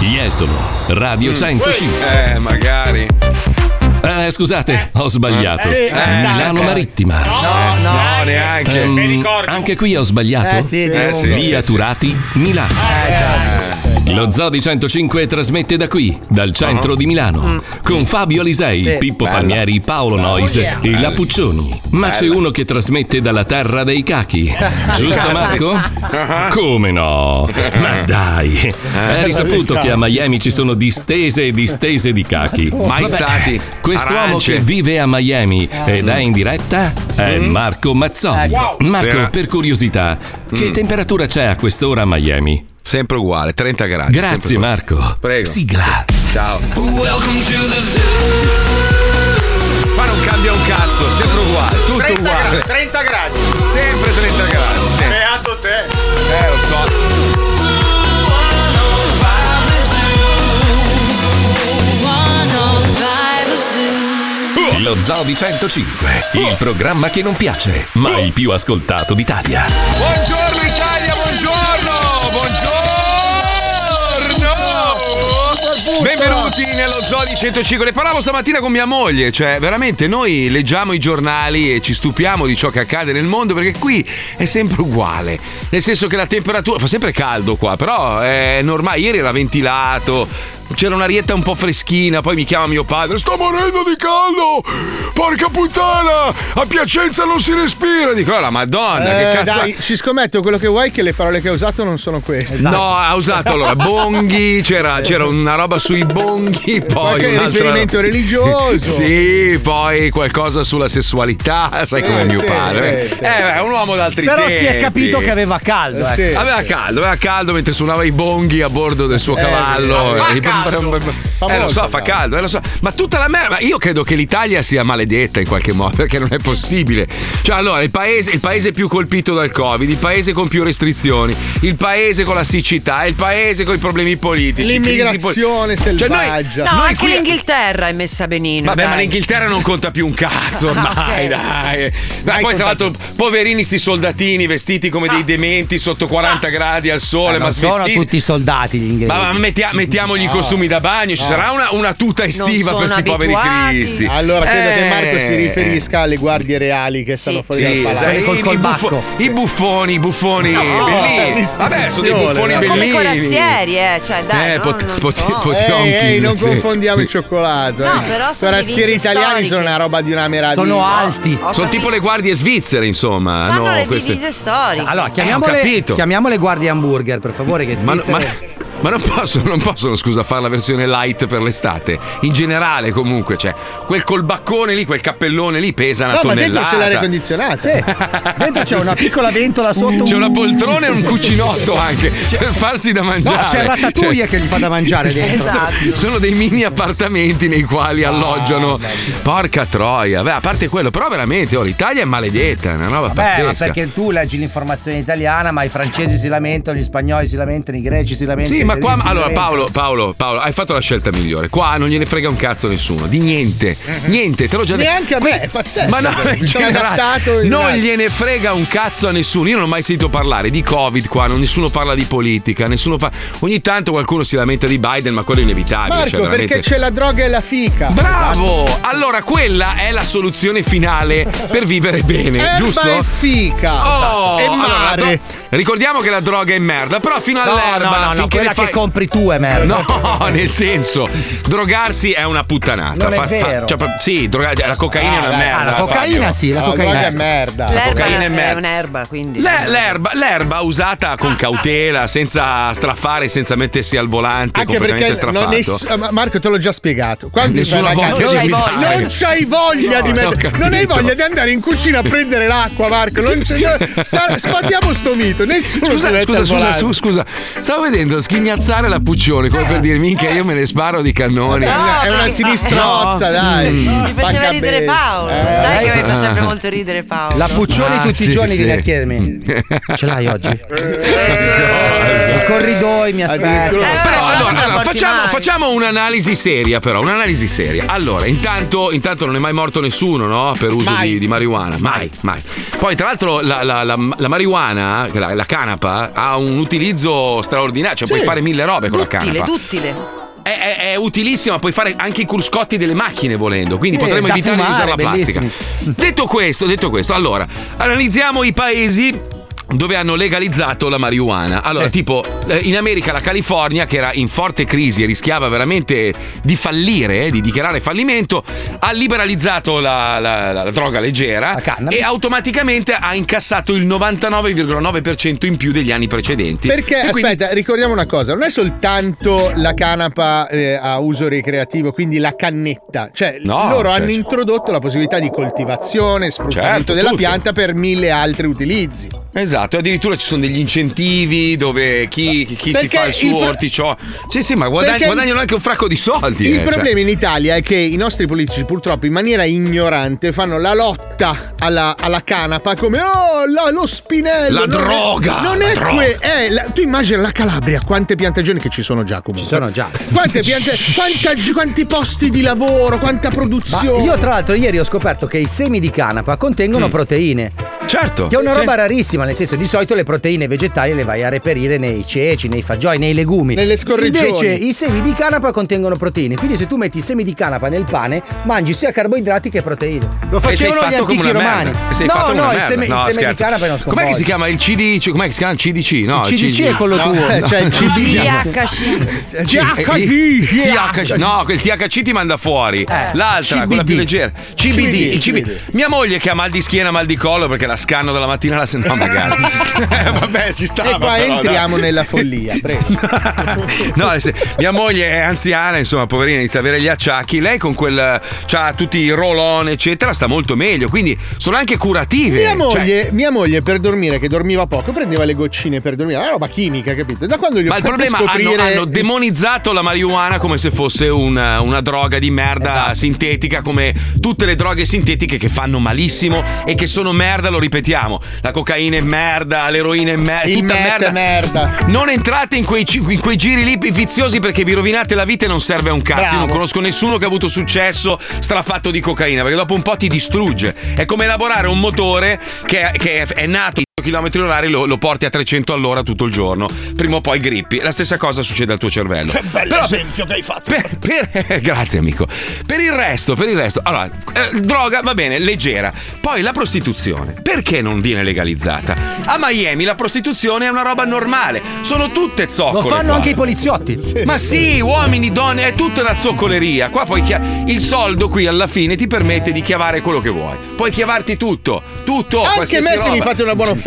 Jesolo, Radio 105. Magari. Scusate, ho sbagliato. Milano Marittima. No, neanche. Anche qui ho sbagliato. Via Turati, Milano. Lo Zoo di 105 trasmette da qui, dal centro di Milano, con Fabio Alisei, Pippo Palmieri, Paolo Nois e La Puccioni. Ma c'è uno che trasmette dalla terra dei cachi. Giusto, Marco? Come no? Ma dai, hai risaputo che a Miami ci sono distese e distese di cachi. Mai stati. Quest'uomo che vive a Miami ed è in diretta è Marco Mazzoli. Marco, per curiosità, che temperatura c'è a quest'ora a Miami? Sempre uguale, 30 gradi. Grazie Marco. Prego. Sigla. Ciao. Ma non cambia un cazzo, sempre uguale, tutto 30 uguale. gradi, 30 gradi. Sempre 30 gradi. Sempre. Beato te. Lo so. Lo Zoo di 105, il programma che non piace, ma il più ascoltato d'Italia. Buongiorno Italia, buongiorno. Benvenuti nello Zoo di 105. Ne parlavo stamattina con mia moglie, cioè veramente noi leggiamo i giornali e ci stupiamo di ciò che accade nel mondo, perché qui è sempre uguale, nel senso che la temperatura fa sempre caldo qua, però è normale. Ieri era ventilato, c'era un'arietta un po' freschina, poi mi chiama mio padre: sto morendo di caldo, porca puttana, a Piacenza non si respira. Dico: la madonna, che cazzo. Dai, ci scommetto, quello che vuoi, che le parole che ha usato non sono queste. No, ha usato allora bonghi, c'era una roba sui bonghi, poi qualche riferimento religioso. Sì, poi qualcosa sulla sessualità, sai come mio padre. Sì. È un uomo d'altri Però tempi. si è capito che aveva caldo. Aveva caldo mentre suonava i bonghi a bordo del suo cavallo. Lo so, fa caldo, lo so. Ma tutta la merda. Io credo che l'Italia sia maledetta in qualche modo, perché non è possibile. Cioè, allora, il paese più colpito dal Covid, il paese con più restrizioni, il paese con la siccità, il paese con i problemi politici, l'immigrazione selvaggia. No, anche l'Inghilterra è messa benino. Vabbè, dai. ma l'Inghilterra non conta più un cazzo ormai, dai. Poi tra l'altro, poverini sti soldatini vestiti come dei dementi sotto 40 gradi al sole, non sono tutti soldati gli inglesi. Ma mettiamogli i costumi da bagno, ci sarà una tuta estiva per questi poveri cristi. Allora credo che Marco si riferisca alle guardie reali che stanno fuori dal palazzo. I buffoni bellini. Vabbè, sono dei buffoni sono bellini. come corazzieri, cioè dai, non confondiamo il cioccolato. No, però sono corazzieri italiani storiche. sono una roba di una meraviglia. Sono alti. Sono tipo le guardie svizzere, insomma. Fanno le divise storiche. Allora, chiamiamole guardie hamburger, per favore, che svizzere. Ma non possono, scusa, fare la versione light per l'estate. In generale, comunque, cioè, quel colbaccone lì, quel cappellone lì pesa una tonnellata. Ma dentro c'è l'aria condizionata. Dentro c'è una piccola ventola sotto. C'è una poltrona e un cucinotto anche per farsi da mangiare. No, c'è il ratatouille che gli fa da mangiare dentro. Esatto. Sono dei mini appartamenti nei quali alloggiano. Porca troia. Beh, a parte quello, però veramente, l'Italia è maledetta, è una roba pazzesca. Ma perché tu leggi l'informazione italiana, ma i francesi si lamentano, gli spagnoli si lamentano, i greci si lamentano. Sì, ma qua, allora Paolo, hai fatto la scelta migliore. Qua non gliene frega un cazzo a nessuno, di niente, te l'ho già detto. Neanche a me, è pazzesco. Ma no, non gliene frega un cazzo a nessuno. Io non ho mai sentito parlare di Covid qua, nessuno parla di politica, ogni tanto qualcuno si lamenta di Biden, ma quello è inevitabile. Marco, cioè, veramente... perché c'è la droga e la fica. Bravo! Esatto. Allora quella è la soluzione finale per vivere bene, Erba giusto? e fica. E mare. Allora, ricordiamo che la droga è merda, però fino all'erba no, quella che compri tu è merda. No, nel senso, drogarsi è una puttanata. Non è vero. Sì, la cocaina è una merda. La cocaina sì, la cocaina è merda. L'erba cocaina è merda. è un'erba, quindi. L'erba usata con cautela, senza strafare, senza mettersi al volante, anche completamente perché strafato. Marco, te l'ho già spiegato. Quando Nessuna voglia di non c'hai voglia di mettere. Non hai voglia di andare in cucina a prendere l'acqua, Marco. Sfadiamo sto mito. Nessuno Scusa. Stavo vedendo sghignazzare la Puccione come per dire: minchia, io me ne sparo di cannoni. È una sinistrozza, dai. Mi faceva ridere Paolo. Sai che mi fa sempre molto ridere Paolo. La Puccioni tutti i giorni viene a chiedermi: ce l'hai oggi? corridoi mi aspetto. Però allora facciamo un'analisi seria, però. Un'analisi seria. Allora, intanto non è mai morto nessuno, no? Per uso di marijuana. Mai. Poi, tra l'altro, la marijuana, la canapa, ha un utilizzo straordinario. Cioè, puoi fare mille robe con la canapa. Duttile. È utilissima, puoi fare anche i cruscotti delle macchine volendo, quindi potremmo evitare di usare la plastica. Detto questo, allora analizziamo i paesi dove hanno legalizzato la marijuana. Allora, tipo in America la California, che era in forte crisi e rischiava veramente di fallire, di dichiarare fallimento, ha liberalizzato la droga leggera e automaticamente ha incassato il 99,9% in più degli anni precedenti. Perché, aspetta, ricordiamo una cosa, non è soltanto la canapa a uso ricreativo, quindi la cannetta, cioè loro hanno introdotto la possibilità di coltivazione, sfruttamento della pianta per 1000 altri utilizzi. Esatto, addirittura ci sono degli incentivi dove chi si fa il suo orticciolo. Sì, ma guadagnano anche un fracco di soldi. Il problema in Italia è che i nostri politici, purtroppo, in maniera ignorante, fanno la lotta alla canapa come lo spinello. La droga! Non è tu immagina la Calabria, quante piantagioni che ci sono già comunque. Ci sono già. Quante quanti posti di lavoro, quanta produzione. Ma io, tra l'altro, ieri ho scoperto che i semi di canapa contengono proteine. Certo. Che è una roba rarissima, nel senso, di solito le proteine vegetali le vai a reperire nei ceci, nei fagioli, nei legumi. Nelle scorreggioni. Invece i semi di canapa contengono proteine, quindi se tu metti i semi di canapa nel pane, mangi sia carboidrati che proteine. Lo facevano gli antichi romani. Il seme di canapa non scompone. Com'è che si chiama il CDC? Com'è che si chiama il CDC? No, il CDC è quello tuo. Cioè il THC. No, il THC ti manda fuori. L'altra, quella più leggera. CBD. Mia moglie che ha mal di schiena, mal di collo perché la scanno dalla mattina alla sera. No, magari. Vabbè, ci stava. E qua entriamo nella follia, prego. No, mia moglie è anziana, insomma, poverina, inizia ad avere gli acciacchi. Lei con c'ha tutti i roll-on, eccetera, sta molto meglio. Quindi sono anche curative. Mia moglie per dormire, che dormiva poco, prendeva le goccine per dormire, una roba chimica, capito? Da quando gli ho fatto scoprire. Hanno demonizzato la marijuana come se fosse una droga di merda sintetica, come tutte le droghe sintetiche che fanno malissimo e che sono merda, lo ripetiamo. La cocaina è merda, l'eroina è merda, il tutta merda. Non entrate in quei giri lì viziosi perché vi rovinate la vita e non serve a un cazzo. Io non conosco nessuno che ha avuto successo strafatto di cocaina, perché dopo un po' ti distrugge. È come elaborare un motore che è nato chilometri orari, lo porti a 300 all'ora tutto il giorno, prima o poi grippi. La stessa cosa succede al tuo cervello. Che esempio che hai fatto. Grazie amico. Per il resto allora, droga va bene, leggera. Poi la prostituzione, perché non viene legalizzata? A Miami la prostituzione è una roba normale, sono tutte zoccole. Lo fanno anche i poliziotti. Ma sì, uomini, donne, è tutta una zoccoleria. Qua poi il soldo qui alla fine ti permette di chiavare quello che vuoi. Puoi chiavarti tutto. Anche me se mi fate una buona offerta.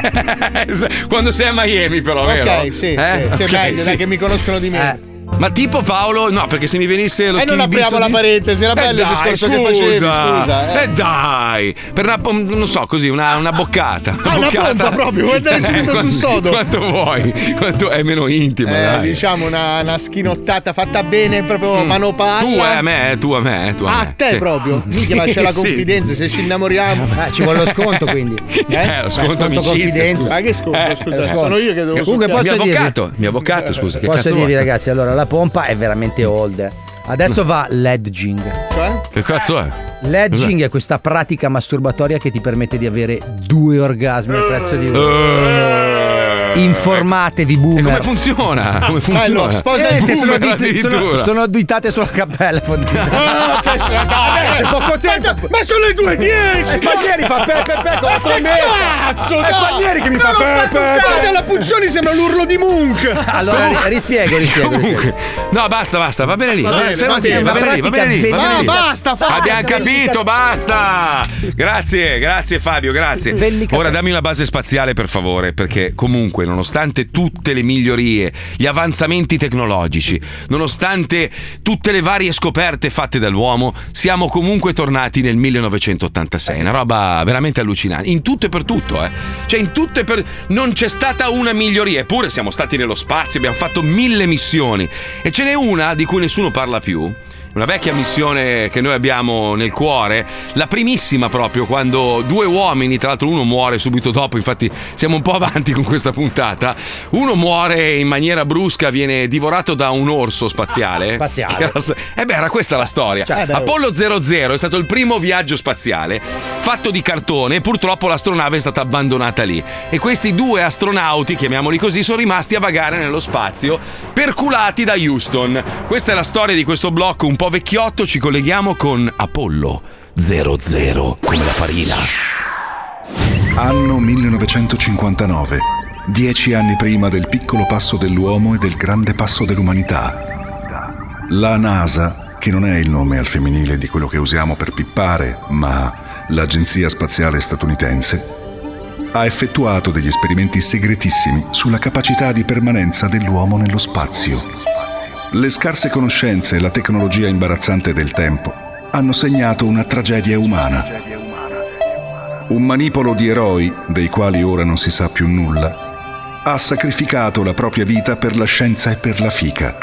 Quando sei a Miami, però, vero? Ok, sì, meglio, dai, che mi conoscono di meno. Ma tipo Paolo, no, perché se mi venisse lo non apriamo la parentesi, era bello il discorso che facevi, scusa. Dai, per non so, così, una boccata. Una pompa proprio, vuoi andare subito sul sodo? Quanto vuoi, quanto è meno intimo, dai. Diciamo una schinottata fatta bene, proprio mano palla. Tu a me. A te proprio. Mica, ma c'è la confidenza, se ci innamoriamo. Ci vuole lo sconto, quindi. Lo sconto confidenza. Ma che sconto, scusa, sono io che devo. Comunque mio avvocato, scusa. Posso dirvi, ragazzi, allora la pompa è veramente old. Adesso va l'edging. Cioè? Che cazzo è? L'edging è questa pratica masturbatoria che ti permette di avere 2 orgasmi al prezzo di uno. Informatevi, boomer. E come funziona? Sposa sono additate sulla cappella. C'è poco tempo. Ma sono le 2:10. Palmieri fa pepe con me. Cazzo, dai. Palmieri che mi fa pepe. La Puccioni sembra l'urlo di Munch. Allora rispiego. No, basta, va bene lì. Va bene lì. Basta, abbiamo capito, basta. Grazie Fabio, grazie. Ora dammi una base spaziale, per favore, perché comunque nonostante tutte le migliorie, gli avanzamenti tecnologici, nonostante tutte le varie scoperte fatte dall'uomo, siamo comunque tornati nel 1986. Una roba veramente allucinante, in tutto e per tutto, cioè in tutto e per non c'è stata una miglioria, eppure siamo stati nello spazio, abbiamo fatto 1000 missioni e ce n'è una di cui nessuno parla più. una vecchia missione che noi abbiamo nel cuore, la primissima proprio, quando 2 uomini, tra l'altro uno muore subito dopo, infatti siamo un po' avanti con questa puntata, uno muore in maniera brusca, viene divorato da un orso spaziale. Era questa la storia. Apollo 00 è stato il primo viaggio spaziale fatto di cartone e purtroppo l'astronave è stata abbandonata lì e questi 2 astronauti, chiamiamoli così, sono rimasti a vagare nello spazio perculati da Houston. Questa è la storia di questo blocco un po' vecchiotto. Ci colleghiamo con Apollo 00 come la farina. Anno 1959, 10 anni prima del piccolo passo dell'uomo e del grande passo dell'umanità. La NASA, che non è il nome al femminile di quello che usiamo per pippare, ma l'Agenzia Spaziale Statunitense, ha effettuato degli esperimenti segretissimi sulla capacità di permanenza dell'uomo nello spazio. Le scarse conoscenze e la tecnologia imbarazzante del tempo hanno segnato una tragedia umana. Un manipolo di eroi, dei quali ora non si sa più nulla, ha sacrificato la propria vita per la scienza e per la fica.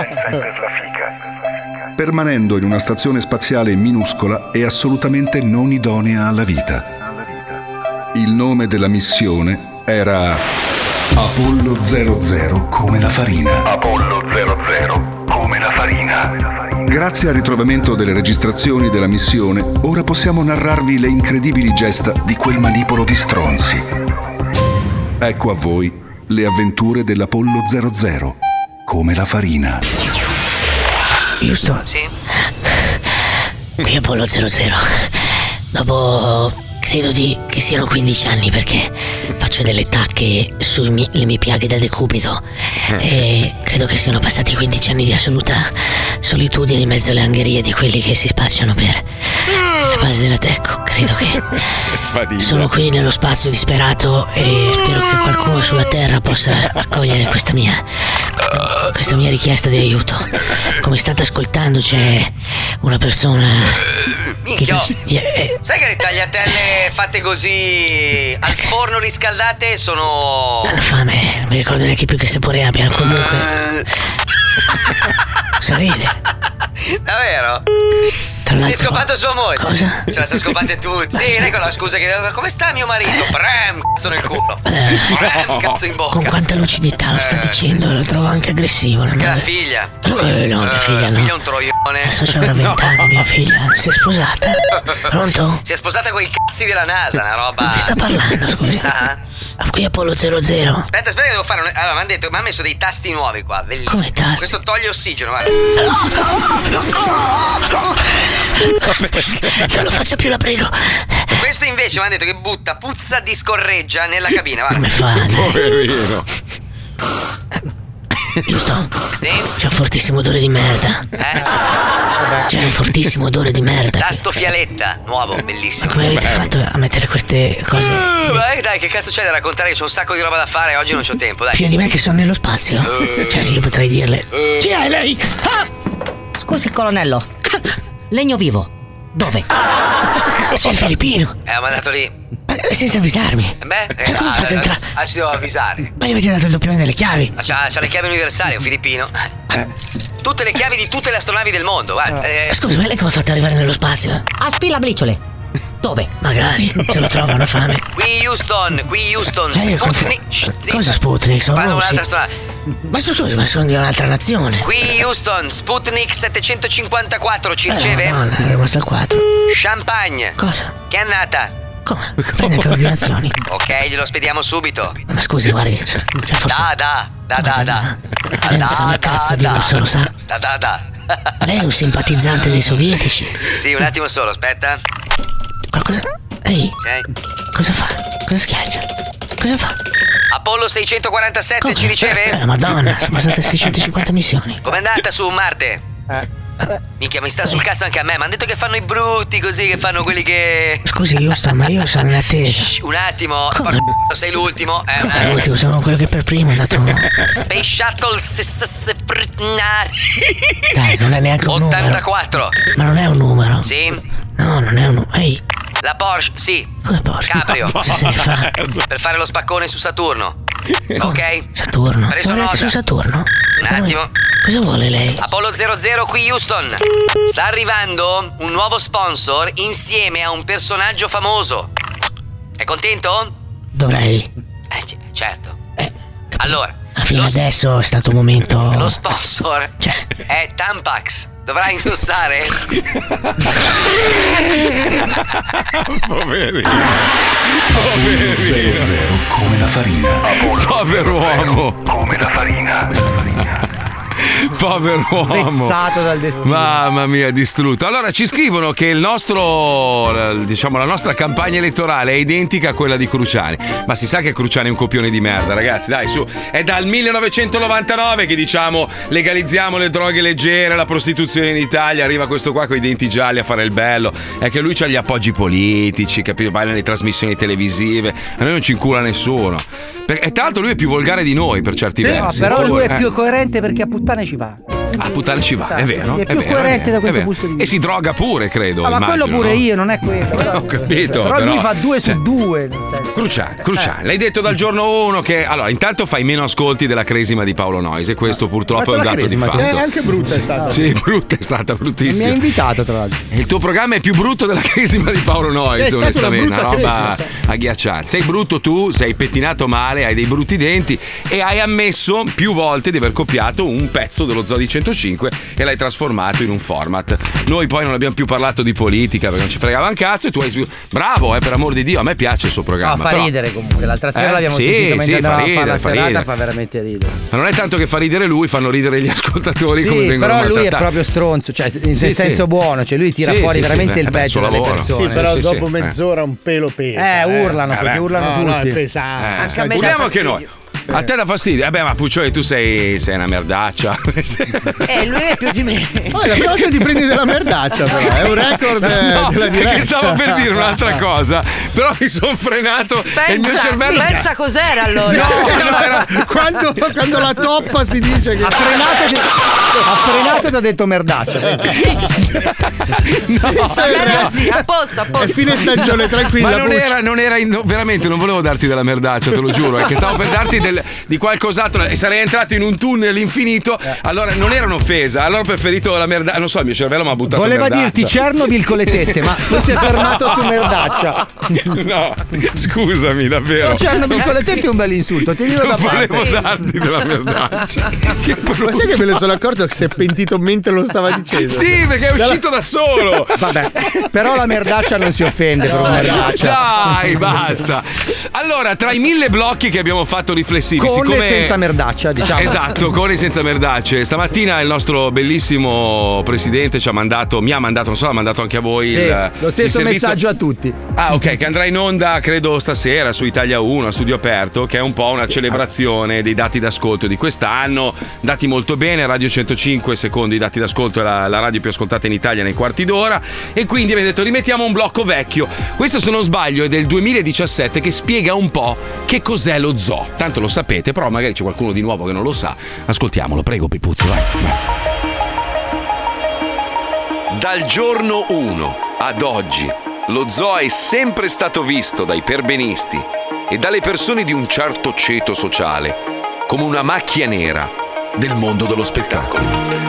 Permanendo in una stazione spaziale minuscola e assolutamente non idonea alla vita. Il nome della missione era Apollo 00 come la farina. Apollo 00 come la farina. Grazie al ritrovamento delle registrazioni della missione, ora possiamo narrarvi le incredibili gesta di quel manipolo di stronzi. Ecco a voi le avventure dell'Apollo 00 come la farina. Houston? Sì? Qui Apollo 00. Dopo credo che siano 15 anni, perché faccio delle tacche sulle mie piaghe da decubito e credo che siano passati 15 anni di assoluta solitudine in mezzo alle angherie di quelli che si spacciano per la base della Tecco. Credo che sono qui nello spazio disperato e spero che qualcuno sulla Terra possa accogliere questa mia richiesta di aiuto. Come state ascoltando c'è una persona Minchia, sai che le tagliatelle fatte così al forno riscaldate sono... Hanno fame, non mi ricordo neanche più che sapore abbiano. Comunque cosa ride? Davvero? Tra Si è l'altro, scopato sua moglie. Cosa? Ce la si è scopate tutti. Sì, lei con la scusa che... Come sta mio marito? Brem, cazzo nel culo. Brem, cazzo in bocca. Con quanta lucidità lo sta dicendo, lo trovo anche aggressivo. Anche la figlia. No, mia figlia no. Figlia è un troione. Adesso c'avrà 20 anni, mia figlia. Si è sposata? Pronto? Si è sposata con i cazzi della NASA, una roba. Chi sta parlando, scusi? Qui Apollo 00. Aspetta che devo fare allora, mi ha messo dei tasti nuovi qua, bellissimo. Come tasti? Questo toglie ossigeno, guarda. Non lo faccia più, la prego. Questo invece mi ha detto che butta puzza di scorreggia nella cabina, guarda. Come fa? Poverino. Giusto? Sì? C'è un fortissimo odore di merda. C'è un fortissimo odore di merda. Tasto fialetta, nuovo, bellissimo. Ma come avete fatto a mettere queste cose? Dai, che cazzo c'è da raccontare? C'ho un sacco di roba da fare, oggi non c'ho tempo, dai. Più di me che sono nello spazio. Cioè, io potrei dirle. Chi è lei? Scusi, colonnello. Legno vivo. Dove? C'è il filippino. Ho mandato lì. Senza avvisarmi. Come fate a entrare? Ci devo avvisare. Ma gli avete dato il doppione delle chiavi? Ma c'ha le chiavi universali, è un filippino. Tutte le chiavi di tutte le astronavi del mondo, guarda. Scusi, ma lei come ha fatto ad arrivare nello spazio? A spillabriciole. Dove? Magari se lo trovano fame. Qui Houston, Sputnik. Cosa Sputnik? Sono Parla russi. un'altra strada. Ma scusi, ma sono di un'altra nazione. Qui Houston, Sputnik 754, ci riceve? No, è rimasto al 4. Champagne. Cosa? Che annata? Come? Prende anche ordinazioni. Ok, glielo spediamo subito. Ma scusi, guardi, cioè forse... Da. Lei non sa una cazzo di russo, lo sa? Da. Lei è un simpatizzante dei sovietici. Sì, un attimo solo, aspetta. Qualcosa... Ehi, Ok. cosa fa? Cosa schiaccia? Cosa fa? Apollo 647 Come? ci riceve? Madonna, sono passate 650 missioni. Com'è andata su Marte? Minchia, mi sta sul cazzo anche a me. Mi hanno detto che fanno i brutti così, che fanno quelli che... Scusi, Houston, ma io sono in attesa. Shh, un attimo. Come? Sei l'ultimo. L'ultimo, sono quello che per primo è andato... Space Shuttle Dai, non è neanche un 84. numero. Ma non è un numero. Sì? No, non è un numero. La Porsche, sì. Come Porsche? Cabrio. Cosa se ne fa? Per fare lo spaccone su Saturno. Ok. Saturno. Preso Sono nota. su Saturno. Un attimo. Cosa vuole lei? Apollo 00 qui Houston. Sta arrivando un nuovo sponsor insieme a un personaggio famoso. È contento? Dovrei. Certo. Allora, Fino adesso è stato un momento. lo sponsor è Tampax. Dovrai indossare? Poverino. Zero come la farina. Povero uomo. Come la farina. Povero uomo. Vessato dal destino. Mamma mia, distrutto. Allora ci scrivono che la nostra campagna elettorale è identica a quella di Cruciani. Ma si sa che Cruciani è un copione di merda, ragazzi, dai, su. È dal 1999 che diciamo legalizziamo le droghe leggere, la prostituzione in Italia, arriva questo qua con i denti gialli a fare il bello. È che lui c'ha gli appoggi politici, capito? Va nelle trasmissioni televisive. A noi non ci incula nessuno. E tra l'altro lui è più volgare di noi per certi versi. Però lui è più coerente perché a puttane ci va. A puttane ci va, è vero. È più coerente da questo punto di vista. E si droga pure, credo. Ma quello pure io, non è quello. Ho capito. Però lui fa 2 su 2. Cruciale. L'hai detto dal giorno 1 che allora intanto fai meno ascolti della cresima di Paolo Noyes e questo purtroppo è un dato di fatto. È anche brutta è stata. Sì, brutta è stata, bruttissima. Mi ha invitato tra l'altro. Il tuo programma è più brutto della cresima di Paolo Noyes, onestamente. Una roba agghiacciante. Sei brutto tu, sei pettinato male, hai dei brutti denti e hai ammesso più volte di aver copiato un pezzo dello Zoo di 105 e l'hai trasformato in un format. Noi poi non abbiamo più parlato di politica perché non ci fregava un cazzo e tu hai bravo, per amor di Dio, a me piace il suo programma. Fa ridere comunque, l'altra sera l'abbiamo sentito mentre andavamo a fare la serata, fa veramente ridere. Ma non è tanto che fa ridere lui, fanno ridere gli ascoltatori sì, come vengono però lui maltrattati. è proprio stronzo, cioè nel senso buono, cioè lui tira fuori veramente il peggio dalle persone. Sì, però dopo mezz'ora un pelo pesa. Urlano, perché urlano tutti. No, è pesante. Anche a me Urliamo dà anche noi. A te dà fastidio? Vabbè, ma Puccioli, tu sei una merdaccia. Lui è più di me. La prima volta ti prendi della merdaccia, però è un record della diretta. Perché stavo per dire un'altra cosa, però mi sono frenato e il mio cervello. Pensa cos'era allora? No, era quando la toppa si dice che ha frenato ed ha detto merdaccia. Sì, a posto. È fine stagione, tranquilla. Ma non era veramente non volevo darti della merdaccia, te lo giuro, è che stavo per darti di qualcos'altro e sarei entrato in un tunnel infinito. Allora non era un'offesa, allora ho preferito la merdaccia. Non so, il mio cervello mi ha buttato voleva merdaccia. dirti Chernobyl con le tette, ma poi si è fermato su merdaccia. No, scusami, davvero. No, Chernobyl con le tette è un bel insulto, tienilo da parte. Volevo darti della merdaccia. Ma sai che me ne sono accorto che si è pentito mentre lo stava dicendo? Sì, perché è uscito da solo. Vabbè, però la merdaccia non si offende per una merdaccia. Dai, basta. Allora, tra i 1000 blocchi che abbiamo fatto riflessivi, con e senza merdaccia, diciamo. Esatto, con e senza merdacce. Stamattina il nostro bellissimo presidente mi ha mandato, non so, ha mandato anche a voi lo stesso messaggio a tutti. Ah, ok, che andrà in onda credo stasera su Italia 1 a Studio Aperto, che è un po' una celebrazione dei dati d'ascolto di quest'anno. Dati molto bene, Radio 105 secondo i dati d'ascolto è la radio più ascoltata in Italia nei quarti d'ora, e quindi abbiamo detto rimettiamo un blocco vecchio. Questo, se non sbaglio, è del 2017, che spiega un po' che cos'è lo zoo. Tanto lo sapete, però magari c'è qualcuno di nuovo che non lo sa. Ascoltiamolo, prego Pipuzzo, vai. Dal giorno 1 ad oggi, lo zoo è sempre stato visto dai perbenisti e dalle persone di un certo ceto sociale come una macchia nera del mondo dello spettacolo.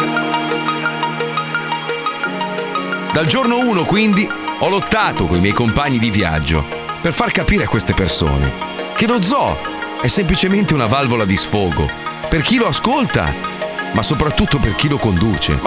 Dal giorno 1, quindi, ho lottato con i miei compagni di viaggio per far capire a queste persone che lo zoo è semplicemente una valvola di sfogo per chi lo ascolta, ma soprattutto per chi lo conduce.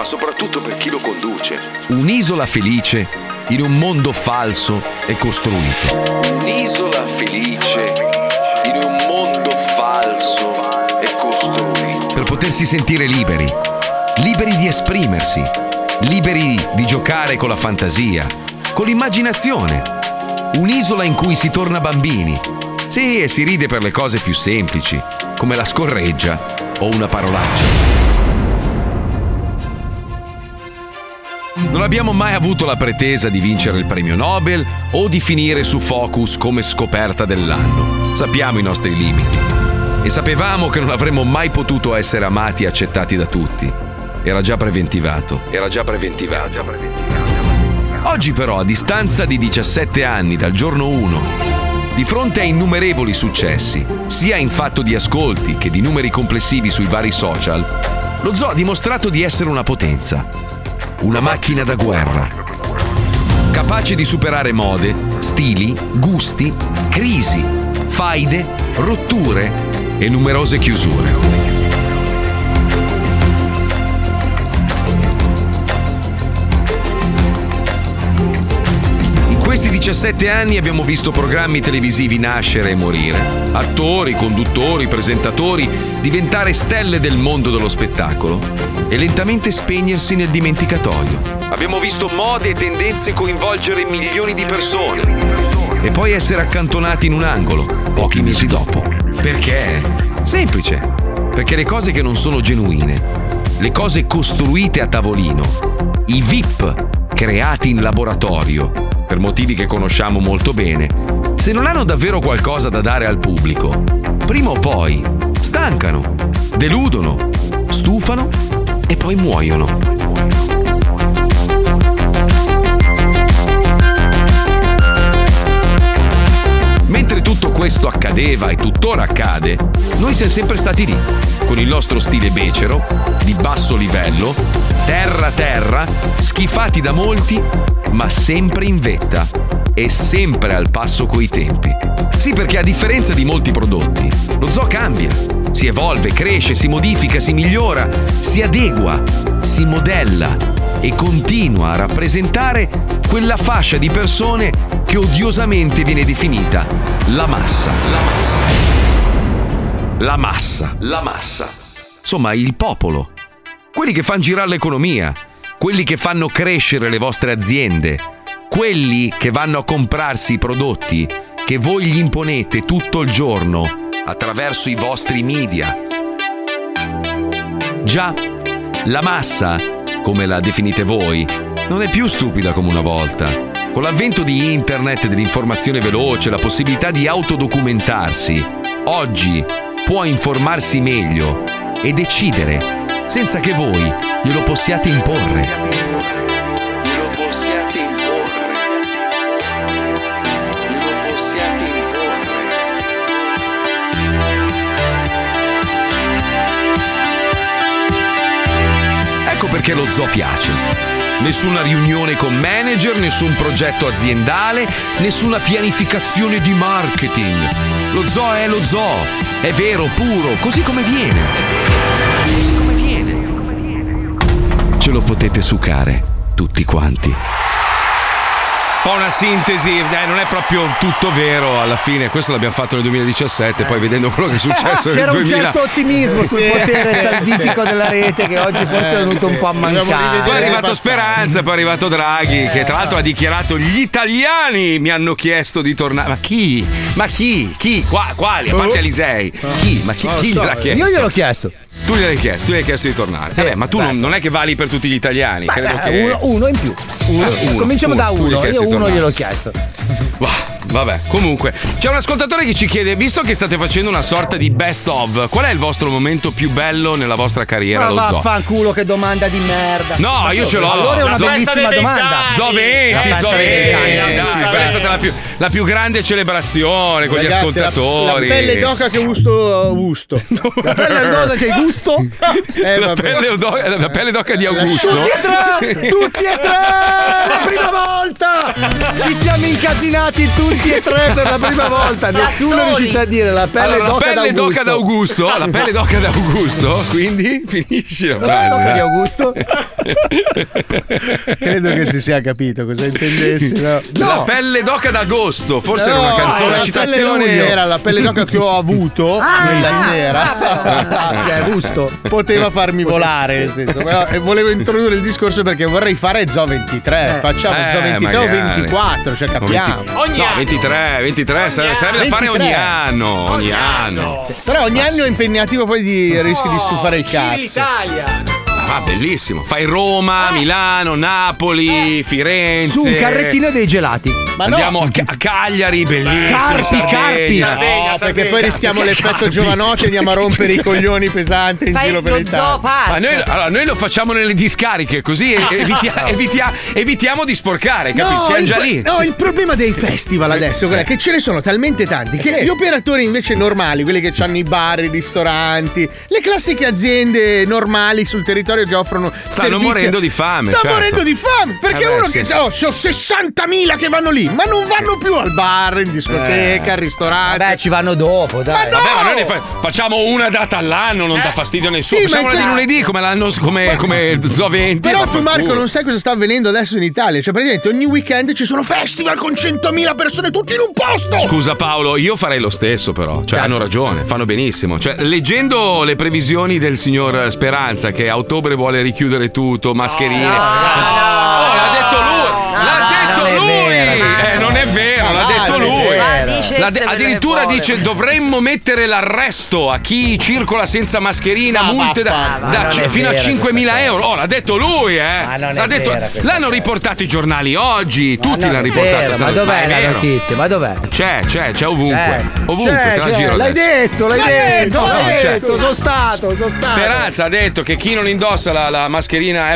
Un'isola felice in un mondo falso e costruito. Un'isola felice in un mondo falso e costruito. Per potersi sentire liberi di esprimersi, liberi di giocare con la fantasia, con l'immaginazione. Un'isola in cui si torna bambini. Sì, e si ride per le cose più semplici, come la scorreggia o una parolaccia. Non abbiamo mai avuto la pretesa di vincere il premio Nobel o di finire su Focus come scoperta dell'anno. Sappiamo i nostri limiti e sapevamo che non avremmo mai potuto essere amati e accettati da tutti. Era già preventivato. Oggi però, a distanza di 17 anni dal giorno 1, Di fronte a innumerevoli successi, sia in fatto di ascolti che di numeri complessivi sui vari social, lo zoo ha dimostrato di essere una potenza, una macchina da guerra, capace di superare mode, stili, gusti, crisi, faide, rotture e numerose chiusure. In questi 17 anni abbiamo visto programmi televisivi nascere e morire, attori, conduttori, presentatori diventare stelle del mondo dello spettacolo e lentamente spegnersi nel dimenticatoio. Abbiamo visto mode e tendenze coinvolgere milioni di persone e poi essere accantonati in un angolo pochi mesi dopo. Perché? Semplice, perché le cose che non sono genuine, le cose costruite a tavolino, i VIP creati in laboratorio, per motivi che conosciamo molto bene, se non hanno davvero qualcosa da dare al pubblico, prima o poi stancano, deludono, stufano e poi muoiono. Mentre tutto questo accadeva e tuttora accade, noi siamo sempre stati lì, con il nostro stile becero, di basso livello, terra, schifati da molti, ma sempre in vetta e sempre al passo coi tempi. Sì, perché a differenza di molti prodotti, lo zoo cambia, si evolve, cresce, si modifica, si migliora, si adegua, si modella e continua a rappresentare quella fascia di persone che odiosamente viene definita la massa. Insomma, il popolo. Quelli che fanno girare l'economia, quelli che fanno crescere le vostre aziende, quelli che vanno a comprarsi i prodotti che voi gli imponete tutto il giorno attraverso i vostri media. Già, la massa, come la definite voi, non è più stupida come una volta. Con l'avvento di internet, dell'informazione veloce, la possibilità di autodocumentarsi, oggi può informarsi meglio e decidere senza che voi glielo possiate imporre. Ecco perché lo zoo piace. Nessuna riunione con manager, nessun progetto aziendale, nessuna pianificazione di marketing. Lo zoo è lo zoo, è vero, puro, così come viene. Ce lo potete sucare, tutti quanti. Un po' una sintesi, non è proprio tutto vero alla fine, questo l'abbiamo fatto nel 2017, poi vedendo quello che è successo nel 2000. C'era un certo ottimismo sul potere salvifico della rete che oggi forse è venuto un po' a mancare. Poi è arrivato Speranza, poi è arrivato Draghi, che tra l'altro ha dichiarato: gli italiani mi hanno chiesto di tornare. Ma chi? Quali? A parte Alisei. Chi gliel'ha chiesto? Io gliel'ho chiesto. Tu gli hai chiesto di tornare. Vabbè, ma tu non è che vali per tutti gli italiani. Credo che... uno in più. Cominciamo da uno. Io uno gliel'ho chiesto. Vabbè, comunque c'è un ascoltatore che ci chiede: visto che state facendo una sorta di best of, qual è il vostro momento più bello nella vostra carriera? Ma vaffanculo, che domanda di merda. No, io ce l'ho. Allora è una bellissima domanda. Zoo 20. Quella è stata la più grande celebrazione con gli ascoltatori. La pelle d'oca che gusto. La pelle d'oca che gusto. La pelle d'oca di Augusto. Tutti e tre la prima volta. Ci siamo incasinati tutti e tre per la prima volta. Nessuno è riuscito a dire la pelle d'oca d'Augusto. La pelle d'oca d'Augusto. Quindi finisci la frase. La pelle d'oca di Augusto. Credo che si sia capito cosa intendessi. No. La pelle d'oca d'agosto. Forse era una canzone, una citazione. Era la pelle d'oca che ho avuto quella sera. Gusto. Poteva farmi volare, nel senso. Però volevo introdurre il discorso perché vorrei fare Zoo 23. Facciamo Zoo 23 o 24, cioè capiamo. No, 23 sarebbe da fare ogni anno. Però ogni anno è impegnativo, poi rischi di stufare il cazzo. Ah, bellissimo. Fai Roma, Milano, Napoli, Firenze. Su un carrettino dei gelati. Ma andiamo a Cagliari, bellissimo. Carpi. Sardegna, perché poi rischiamo l'effetto Giovanotti e andiamo a rompere i coglioni pesanti in giro per l'Italia. Noi lo facciamo nelle discariche, così evitiamo di sporcare, capito? Siamo già lì. No, il problema dei festival adesso è che ce ne sono talmente tanti che gli operatori invece normali, quelli che hanno i bar, i ristoranti, le classiche aziende normali sul territorio che offrono stanno morendo di fame. Stanno morendo di fame perché che c'ho 60.000 che vanno lì, ma non vanno più al bar, in discoteca, al ristorante. Vabbè, ci vanno dopo, dai. Ma noi ne facciamo una data all'anno, non dà fastidio a nessuno. Facciamola di lunedì come l'anno come Zoo 20. Però tu, Marco, non sai cosa sta avvenendo adesso in Italia. Cioè, praticamente ogni weekend ci sono festival con 100.000 persone tutti in un posto. Scusa Paolo, io farei lo stesso però. Cioè, hanno ragione, fanno benissimo. Cioè, leggendo le previsioni del signor Speranza che a ottobre vuole richiudere tutto, mascherine. L'ha detto lui. Non è vero, l'ha detto lui. Addirittura dice dovremmo mettere l'arresto a chi circola senza mascherina, multe fino a 5.000 euro. L'ha detto lui, l'ha detto. L'hanno riportato i giornali oggi, tutti l'hanno riportato. Ma dov'è la notizia? Ma dov'è? C'è ovunque. Ovunque, te la giro. L'hai detto, sono stato. Speranza ha detto che chi non indossa la mascherina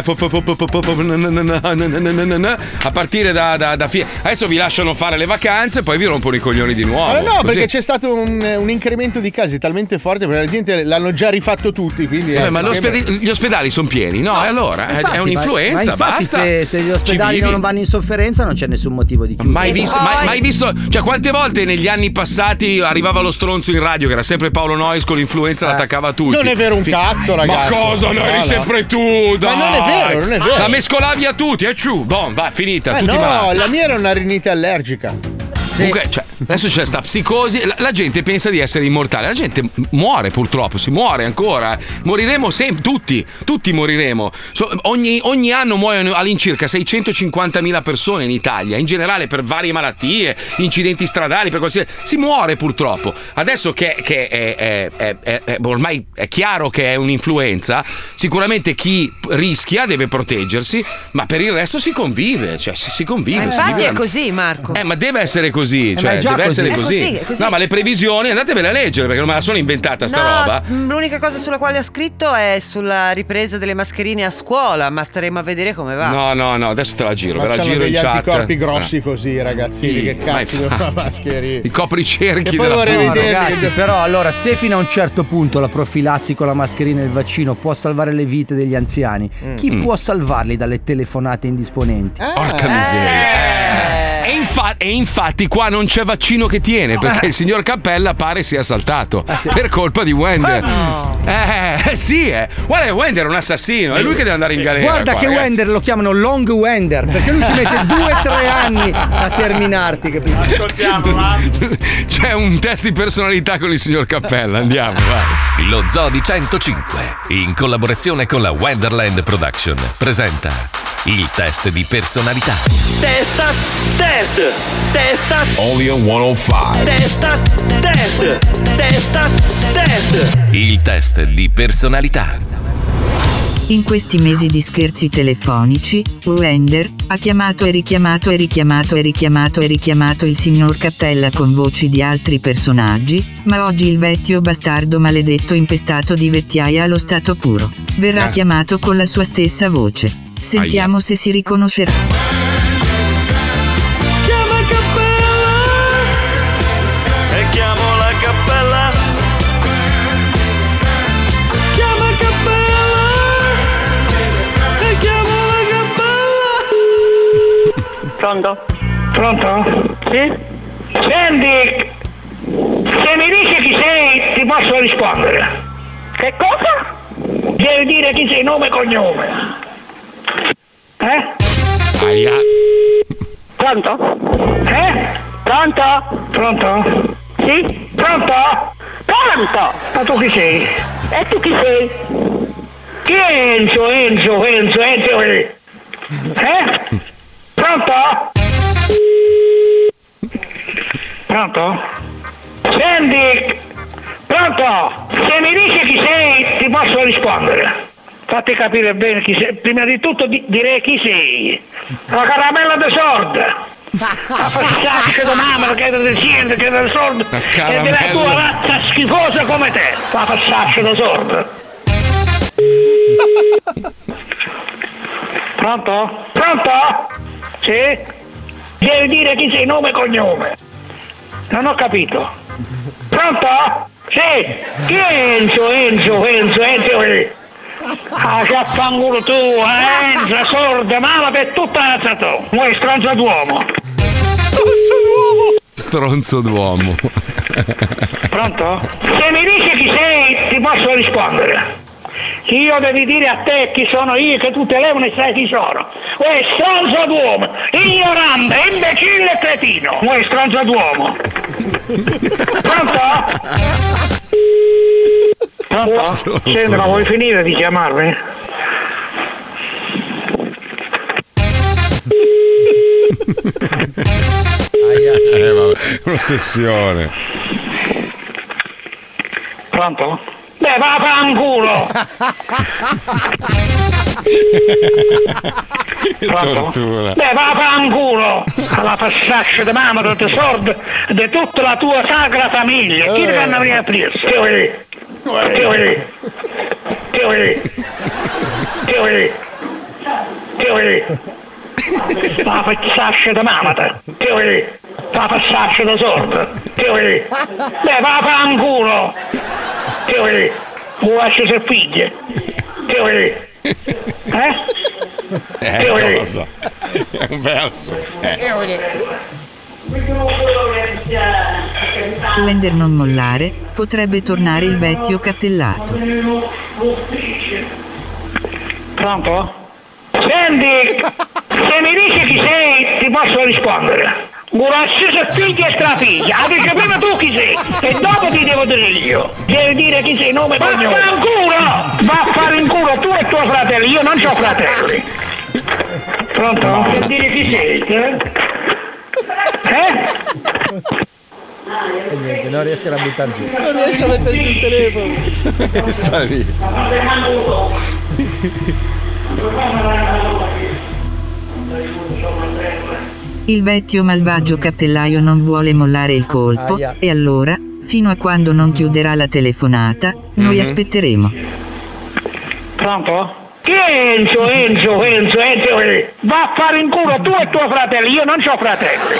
a partire da adesso vi lasciano fare le vacanze e poi vi rompono i coglioni di nuovo. No, perché c'è stato un incremento di casi talmente forte perché la gente l'hanno già rifatto tutti, quindi ma gli ospedali sono pieni, no? E allora infatti, è un'influenza, ma basta. Se gli ospedali non vanno in sofferenza non c'è nessun motivo di chiudere. Mai visto, cioè quante volte negli anni passati arrivava lo stronzo in radio che era sempre Paolo Noyes con l'influenza l'attaccava a tutti. Non è vero un cazzo, ragazzi. Ma cosa? No, eri sempre tu, dai. Ma non è vero. La mescolavi a tutti, va, finita, tutti malati. La mia era una rinite allergica. Comunque, adesso c'è sta psicosi, la gente pensa di essere immortale, la gente muore purtroppo, si muore ancora, moriremo sempre, tutti moriremo. Ogni anno muoiono all'incirca 650.000 persone in Italia, in generale per varie malattie, incidenti stradali, per qualsiasi. Si muore purtroppo. Adesso che ormai è chiaro che è un'influenza, sicuramente chi rischia deve proteggersi, ma per il resto si convive, si convive. Infatti è così, Marco. Ma deve essere così, deve essere così. No, ma le previsioni andatevele a leggere perché non me la sono inventata sta roba. L'unica cosa sulla quale ha scritto è sulla ripresa delle mascherine a scuola, ma staremo a vedere come va. No, adesso te la giro, ve la giro in chat. C'hanno degli anticorpi grossi così, ragazzini, che cazzo di mascherine. I copricerchi della ragazzi, però allora se fino a un certo punto la profilassi con la mascherina e il vaccino può salvare le vite degli anziani, chi può salvarli dalle telefonate indisponenti? Porca miseria. E infatti qua non c'è vaccino che tiene perché il signor Cappella pare sia saltato per colpa di Wender. Guarda, Wender è un assassino, è lui che deve andare in galera. Guarda che ragazzi. Wender lo chiamano Long Wender perché lui ci mette 2-3 anni a terminarti, capito? Ascoltiamo, va. C'è un test di personalità con il signor Cappella, andiamo, vai. Lo Zoo di 105, in collaborazione con la Wonderland Production, presenta il test di personalità. Testa. Only on 105. Testa. Il test di personalità. In questi mesi di scherzi telefonici, Wender ha chiamato e richiamato il signor Cappella con voci di altri personaggi, ma oggi il vecchio bastardo maledetto impestato di vecchiaia allo stato puro verrà chiamato con la sua stessa voce. Sentiamo se si riconoscerà. Pronto? Sì? Senti, se mi dici chi sei ti posso rispondere. Che cosa? Devi dire chi sei, nome e cognome. Aia. Pronto? Pronto? Sì? Pronto? Ma tu chi sei? E tu chi sei? Chi è Enzo? Pronto? Senti, pronto? Se mi dici chi sei ti posso rispondere. Fatti capire bene chi sei. Prima di tutto direi chi sei. La caramella de sorda. La facciaccia di mamma che è del cielo, che è del sordo. E della tua razza schifosa come te. La facciaccia di sorda. Pronto? Pronto? Sì? Devi dire chi sei, nome e cognome. Non ho capito. Pronto? Sì? Chi è Enzo? Ah, che affanculo tu, Enzo, sorda, mamma per tutta la razza tu. Vuoi stronzo d'uomo. Stronzo d'uomo. Pronto? Se mi dici chi sei, ti posso rispondere. Io devi dire a te chi sono io, che tu telefono e sai chi sono. Uè, stronzo d'uomo, ignorante, imbecille e cretino. Uè, stronzo d'uomo. Pronto? Pronto? Sembra, vuoi finire di chiamarmi? Vabbè, un'ossessione. Pronto? Beh, va a fanculo! Tortura. Beh, va a fanculo! Alla passaccia di mamma, di sordo, di tutta la tua sacra famiglia! Chi ti fanno venire a presa? Che vuoi? La passaccia di mamma, che vuoi? La passaccia di sordo, che vuoi? Beh, va a fanculo! Che vuoi? Vuoi lasciare se figlie? Che vuoi? Che vuoi? Cosa? È un verso. Wender non mollare, potrebbe tornare il vecchio cappellato. Pronto? Senti, se mi dici chi sei, ti posso rispondere. Gurassi se figlia e strafiglia, dici prima tu chi sei e dopo ti devo dire io. Devi dire chi sei, nome e cognome. Va a fare in culo tu e tuo fratello, io non c'ho fratelli. Pronto? No. Per dire chi sei, E niente, non riescono a buttar giù. Non riesce a mettere giù il telefono. Sta lì. Il vecchio malvagio cappellaio non vuole mollare il colpo, e allora, fino a quando non chiuderà la telefonata, noi aspetteremo. Pronto? Enzo, va a fare in culo tu e tuo fratello, io non c'ho fratelli.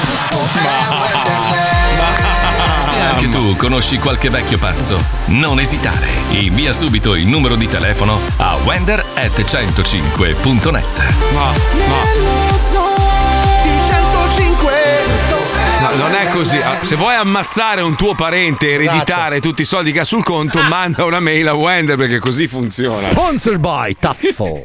Se anche tu conosci qualche vecchio pazzo, non esitare. Invia subito il numero di telefono a wender@105.net. No, non è così. Se vuoi ammazzare un tuo parente e ereditare tutti i soldi che ha sul conto, manda una mail a Wender, perché così funziona. Sponsored by Taffo.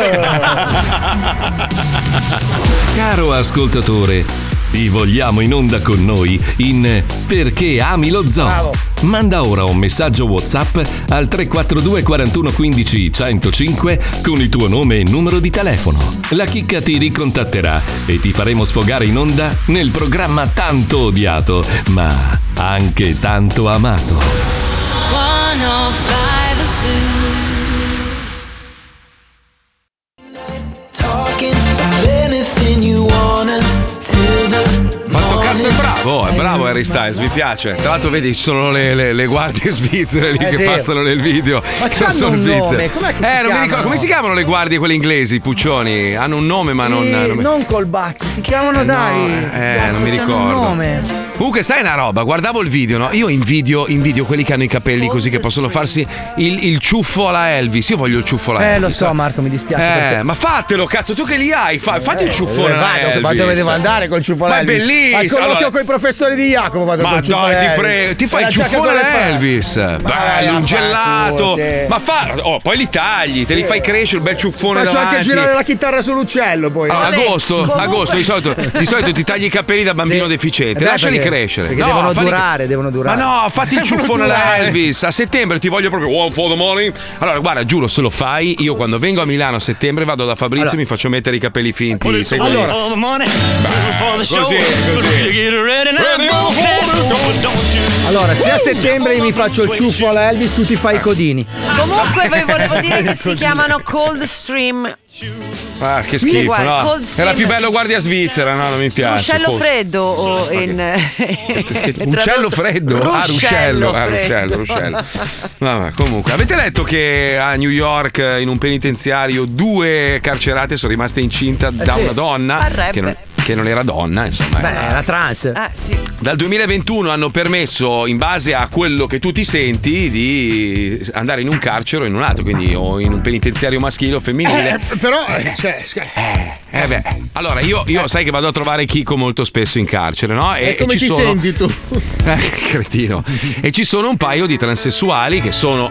Caro ascoltatore, ti vogliamo in onda con noi in Perché ami lo zoo. Bravo. Manda ora un messaggio WhatsApp al 342 41 15 105 con il tuo nome e numero di telefono. La chicca ti ricontatterà e ti faremo sfogare in onda nel programma tanto odiato, ma anche tanto amato. 105 Quanto cazzo è bravo, Harry Styles, mi piace. Tra l'altro vedi ci sono le guardie svizzere lì che passano nel video. Ma c'hanno un nome, com'è che si non mi ricordo, come si chiamano le guardie quelle inglesi, Puccioni? Hanno un nome ma non Colbacchi, si chiamano non mi ricordo. Un nome. Comunque sai una roba, guardavo il video, no? Io invidio quelli che hanno i capelli così che possono farsi il ciuffo alla Elvis. Io voglio il ciuffo alla Elvis. Lo so Marco, mi dispiace. Ma fatelo, cazzo, tu che li hai, fatti il ciuffone alla Elvis. Ma dove devo andare col ciuffo alla Elvis? Ma è bellissimo. Al colloquio con i professori di Jacopo vado col ciuffo alla Elvis. Ti prego, ti fai il ciuffone alla Elvis. Bello, un gelato. Ma poi li tagli, te li fai crescere, un bel ciuffone davanti. Faccio anche girare la chitarra sull'uccello poi. Agosto, di solito ti tagli i capelli da bambino deficiente. Lasciali crescere. Perché devono durare. Ma no, fatti il ciuffone alla Elvis. A settembre ti voglio proprio one for the morning. Allora, guarda, giuro, se lo fai, io quando vengo a Milano a settembre vado da Fabrizio e mi faccio mettere i capelli finti. Allora, così. Allora, se a settembre mi faccio il ciuffo alla Elvis, tu ti fai i codini. Comunque vi volevo dire che si chiamano Cold Stream. Ah, che schifo, guarda, no. Era più bello Guardia Svizzera, no, non mi piace. Ruscello freddo o uccello freddo? Ruscello. Ruscello. Vabbè, comunque, avete letto che a New York in un penitenziario 2 carcerate sono rimaste incinte da una donna che non era donna, insomma. Beh, era trans. Sì. Dal 2021 hanno permesso, in base a quello che tu ti senti, di andare in un carcere o in un altro, quindi o in un penitenziario maschile o femminile. Però, allora io sai che vado a trovare Chico molto spesso in carcere, no? E come ti senti tu? Cretino. E ci sono un paio di transessuali che sono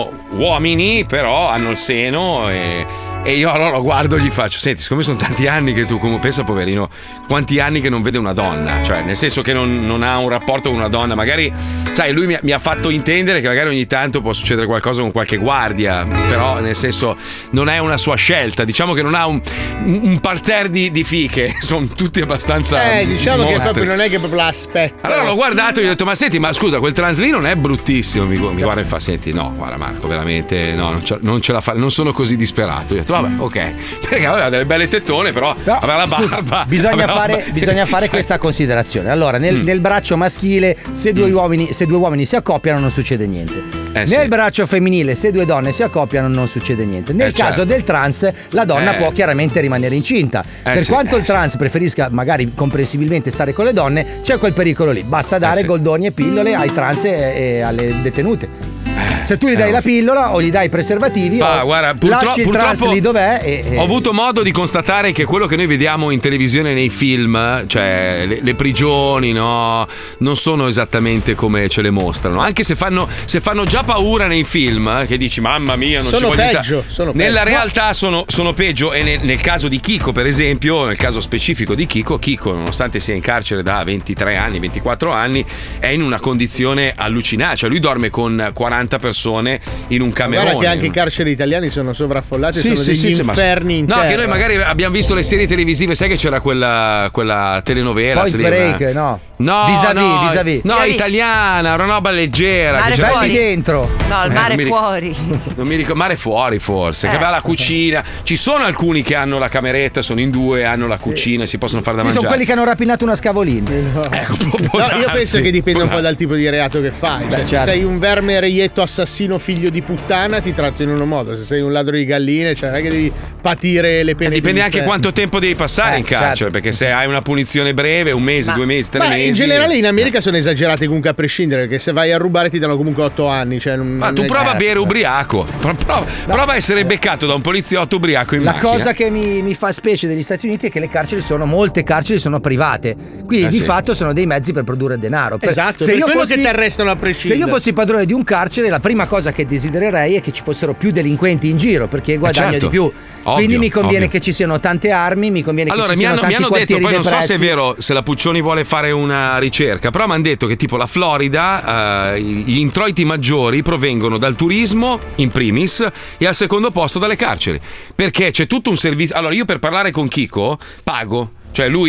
uomini, però hanno il seno e io allora guardo e gli faccio: senti, siccome sono tanti anni che tu, come pensa poverino, quanti anni che non vede una donna, cioè nel senso che non ha un rapporto con una donna, magari, sai, lui mi ha fatto intendere che magari ogni tanto può succedere qualcosa con qualche guardia, però nel senso non è una sua scelta, diciamo che non ha un parterre di fiche, sono tutti abbastanza diciamo mostri. che proprio non è che proprio l'aspetta. Allora l'ho guardato e gli ho detto: ma senti, ma scusa, quel trans lì non è bruttissimo? Mi guarda e fa: senti, no, guarda Marco, veramente no, non ce la fa, non sono così disperato. Io ho detto: vabbè, ok, perché aveva delle belle tettone, però aveva la barba. Bisogna fare questa considerazione. Allora, nel braccio maschile, se due uomini si accoppiano, non succede niente. Nel braccio femminile, se 2 donne si accoppiano, non succede niente. Nel caso del trans, la donna può chiaramente rimanere incinta. Per quanto il trans preferisca magari comprensibilmente stare con le donne, c'è quel pericolo lì. Basta dare goldoni e pillole ai trans e alle detenute. Se tu gli dai la pillola o gli dai i preservativi, lasci il trans lì dov'è. Ho avuto modo di constatare che quello che noi vediamo in televisione nei film, cioè le prigioni, no, non sono esattamente come ce le mostrano. Anche se fanno già paura nei film, che dici mamma mia, non sono ci voglio peggio, sono nella peggio. realtà sono peggio. E nel caso di Chico, per esempio, nel caso specifico di Chico, nonostante sia in carcere da 23 anni, 24 anni, è in una condizione allucinante. Cioè lui dorme con 40 persone in un camerone. Guarda che anche i carceri italiani sono sovraffollati, sono degli inferni in terra. No, che noi magari abbiamo visto le serie televisive, sai che c'era quella telenovela Point Break, no. Vis-a-vis. No, italiana, una roba leggera. Mare fuori dentro. No, il mare fuori. Non mi ricordo, mare fuori forse, che aveva la cucina. Ci sono alcuni che hanno la cameretta, sono in 2, hanno la cucina, si possono fare da mangiare. Sono quelli che hanno rapinato una Scavolini. Ecco, io penso che dipenda un po' dal tipo di reato che fai. Se sei un verme reietto assassino figlio di puttana, ti tratto in un modo. Se sei un ladro di galline, cioè non è che devi patire le pene. Dipende anche quanto tempo devi passare in carcere, perché se hai una punizione breve, 1 mese, 2 mesi, 3 mesi. In generale in America sono esagerate comunque a prescindere, perché se vai a rubare ti danno comunque 8 anni. Cioè ma tu prova a bere ubriaco. Prova a essere beccato da un poliziotto ubriaco in macchina. La cosa che mi fa specie degli Stati Uniti è che molte carceri sono private, quindi di fatto sono dei mezzi per produrre denaro. Esatto, se io fossi, che ti arrestano a prescindere. Se io fossi padrone di un carcere, la prima cosa che desidererei è che ci fossero più delinquenti in giro, perché guadagno di più. Quindi mi conviene che ci siano tante armi, mi conviene che ci siano tanti quartieri detto, poi depressi. non so se è vero, se la Puccioni vuole fare una ricerca, però mi hanno detto che tipo la Florida, gli introiti maggiori provengono dal turismo in primis e al secondo posto dalle carceri, perché c'è tutto un servizio. Allora io per parlare con Chico pago. Cioè lui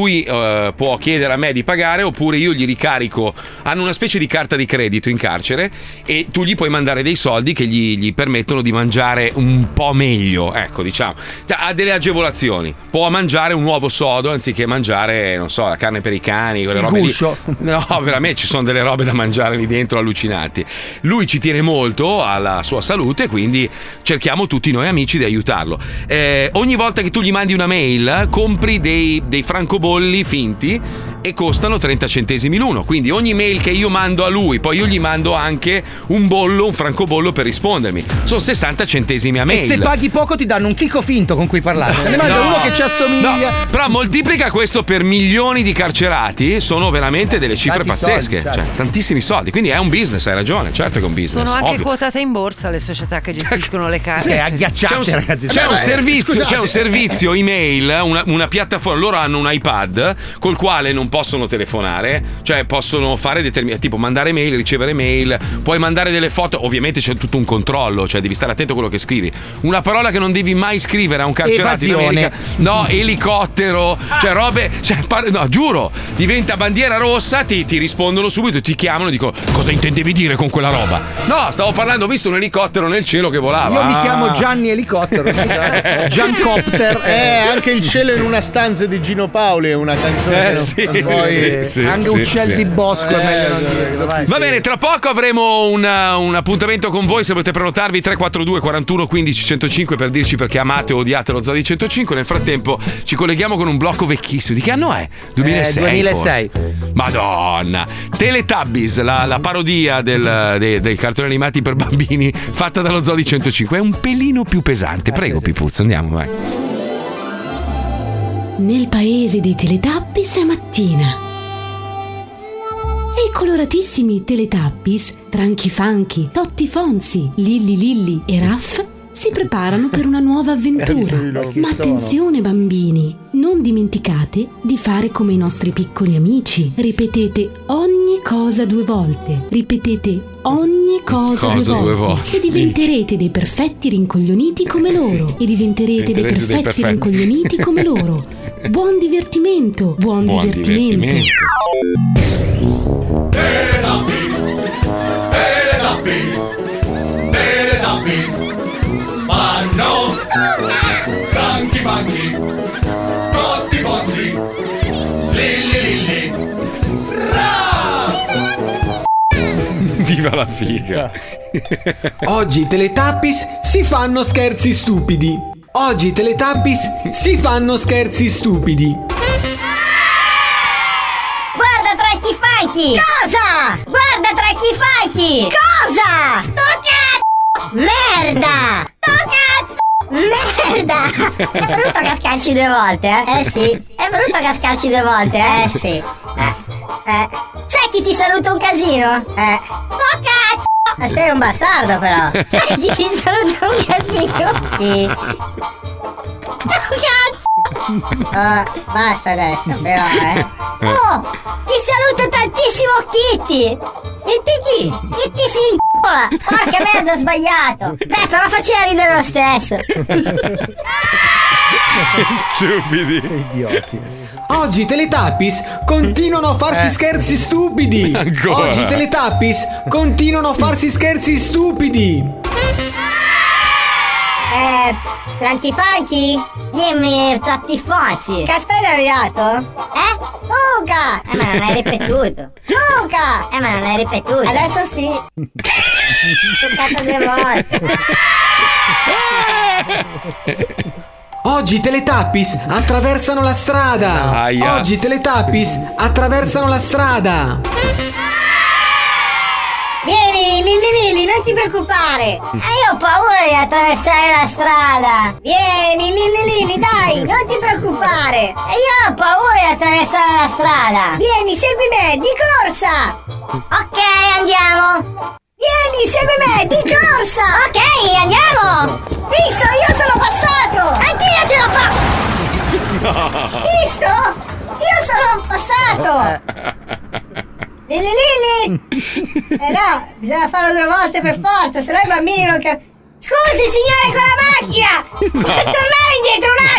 può chiedere a me di pagare, oppure io gli ricarico. Hanno una specie di carta di credito in carcere e tu gli puoi mandare dei soldi che gli permettono di mangiare un po' meglio, ecco, diciamo. Ha delle agevolazioni. Può mangiare un uovo sodo anziché mangiare, non so, la carne per i cani, quelle robe lì. No, veramente ci sono delle robe da mangiare lì dentro allucinanti. Lui ci tiene molto alla sua salute, quindi cerchiamo tutti noi amici di aiutarlo. Ogni volta che tu gli mandi una mail, compri dei francobolli finti e costano 30 centesimi l'uno, quindi ogni mail che io mando a lui, poi io gli mando anche un francobollo per rispondermi, sono 60 centesimi a mail. E se paghi poco ti danno un Chico finto con cui parlare, te ne manda uno che ci assomiglia. No, però moltiplica questo per milioni di carcerati, sono veramente delle cifre pazzesche, soldi, cioè tantissimi soldi, quindi è un business, hai ragione, certo che è un business. Sono anche ovvio. quotate in borsa le società che gestiscono le carceri. È agghiacciante, ragazzi. C'è un servizio email, una piattaforma, loro hanno un iPad col quale non possono telefonare, cioè possono fare tipo mandare mail, ricevere mail, puoi mandare delle foto, ovviamente c'è tutto un controllo, cioè devi stare attento a quello che scrivi. Una parola che non devi mai scrivere a un carcerato in America, no, elicottero, cioè robe, no, giuro, diventa bandiera rossa, ti rispondono subito, ti chiamano e dicono cosa intendevi dire con quella roba. No, stavo parlando, ho visto un elicottero nel cielo che volava. Io mi chiamo Gianni Elicottero, Giancopter. Anche il cielo in una stanza di Gino Paoli è una canzone. Anche Uccelli di bosco è meglio non dirlo. Va bene, tra poco avremo un appuntamento con voi. Se volete prenotarvi 342 41 15 105 per dirci perché amate o odiate lo Zoo di 105. Nel frattempo ci colleghiamo con un blocco vecchissimo. Di che anno è? 2006. Forse. Madonna. Teletubbies, la parodia dei cartoni animati per bambini fatta dallo Zoo di 105. È un pelino più pesante. Prego, Pipuzzo, andiamo, vai. Nel paese dei Teletubbies è mattina e i coloratissimi Teletubbies, Tranchi Funky, Totti Fonzi, Lilli Lilli e Raff si preparano per una nuova avventura. Ma attenzione bambini, non dimenticate di fare come i nostri piccoli amici. Ripetete ogni cosa 2 volte. Ripetete ogni cosa 2 volte. E diventerete dei perfetti rincoglioniti come loro. E diventerete dei perfetti rincoglioniti come loro. Buon divertimento. Buon divertimento. Fanno Tranchi Funky, Totti Fonzi, Lilli Lilli, Viva la figa. Oggi i Teletubbies si fanno scherzi stupidi. Oggi i Teletubbies si fanno scherzi stupidi. Guarda Tranchi Funky! Cosa? Guarda Tranchi Funky! Cosa? Sto cazzo! Merda! Sto cazzo! Merda! È brutto cascarci 2 volte, eh? Eh sì. È brutto cascarci 2 volte, eh? Sì. Sai chi ti saluta un casino? Sto cazzo! Sei un bastardo però. Sai chi ti saluta un casino? Chi? Sto cazzo! Basta adesso però, Oh! Ti saluta tantissimo Kitty! Kitty chi? Kitty si incola! Porca merda, ho sbagliato! Beh, però faceva ridere lo stesso! Stupidi idioti. Oggi i Teletubbies continuano a farsi scherzi stupidi. Ancora? Oggi i Teletubbies continuano a farsi scherzi stupidi. Tranchi Funky? Dimmi, Totti Fonzi. Castello è arrivato? Fuga! Ma non hai ripetuto. Fuga! Ma non hai ripetuto. Adesso sì. Toccato 2 volte. Oggi i Teletubbies attraversano la strada. Aia. Oggi i Teletubbies attraversano la strada. Vieni, Lilli, non ti preoccupare. Io ho paura di attraversare la strada. Vieni, Lilli, dai, non ti preoccupare. Io ho paura di attraversare la strada. Vieni, segui me, di corsa. Ok, andiamo. Vieni, segui me, di corsa. Ok, andiamo. Visto, io sono passato. Anch'io ce l'ho fatta. Visto? Io sono passato. Lilli! No, bisogna farlo 2 volte per forza, se no i bambini non Scusi signore con la macchina! Puoi tornare indietro un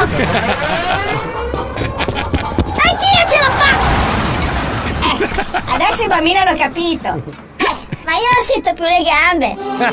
attimo! Anch'io ce l'ho fatta! Adesso i bambini hanno capito! Ma io non sento più le gambe!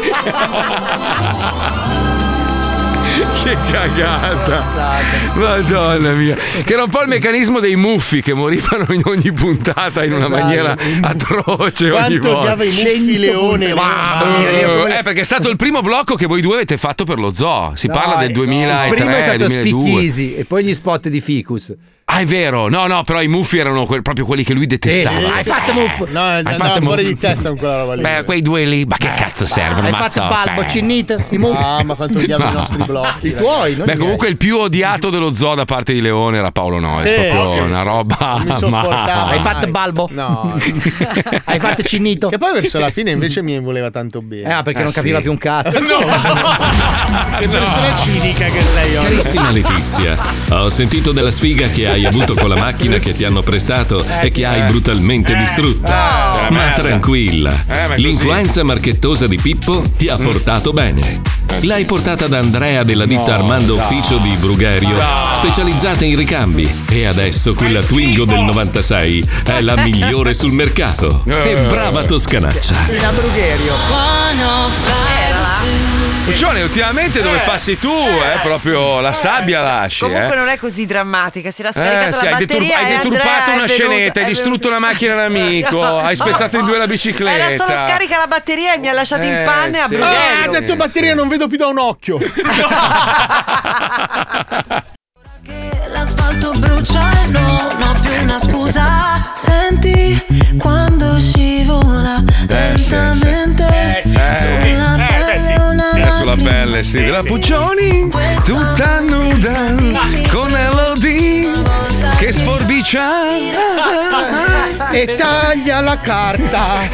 Che cagata! Madonna mia! Che era un po' il meccanismo dei muffi che morivano in ogni puntata in una maniera atroce ogni volta. Quanto odiava i muffi leone! Perché è stato il primo blocco che voi 2 avete fatto per lo zoo. Si parla del 2003, il primo è stato 2002. Spicchisi e poi gli spot di Ficus. Ah, è vero, no, però i muffi erano proprio quelli che lui detestava. Hai fatto muff? No, andava fuori di testa con quella roba lì. Beh, quei 2 lì, ma che cazzo servono? Hai fatto balbo, cinnito, i muff. Ma quanto odiamo i nostri blocchi. i tuoi. Beh, comunque il più odiato dello zoo da parte di Leone era Paolo Noyes. Proprio una roba. Hai fatto Balbo? No. Hai fatto Cinnito? Che poi verso la fine invece mi voleva tanto bene. Perché non capiva più un cazzo. No. Che persona cinica che sei oggi. Carissima Letizia, ho sentito della sfiga che hai avuto con la macchina che ti hanno prestato e che hai brutalmente distrutto. Ma tranquilla, l'influenza marchettosa di Pippo ti ha portato bene. L'hai portata da Andrea della ditta Armando Ufficio di Brugherio, specializzata in ricambi, e adesso quella Twingo del 96 è la migliore sul mercato. E brava toscanaccia. La Brugherio. Puccione, ultimamente dove passi tu, proprio la sabbia lasci. Comunque non è così drammatica, si era scaricata la batteria. Hai deturpato una scenetta, hai distrutto una macchina d'amico, hai spezzato in due la bicicletta. Era solo scarica la batteria e mi ha lasciato in panne a Brugherio. Ha detto batteria, non vedo più da un occhio. L'asfalto brucia e non ho più una scusa. Senti quando scivola lentamente sulla pelle una sulla pelle, sì, della Puccioni, tutta nuda, con Elodie che sforbicia e taglia la carta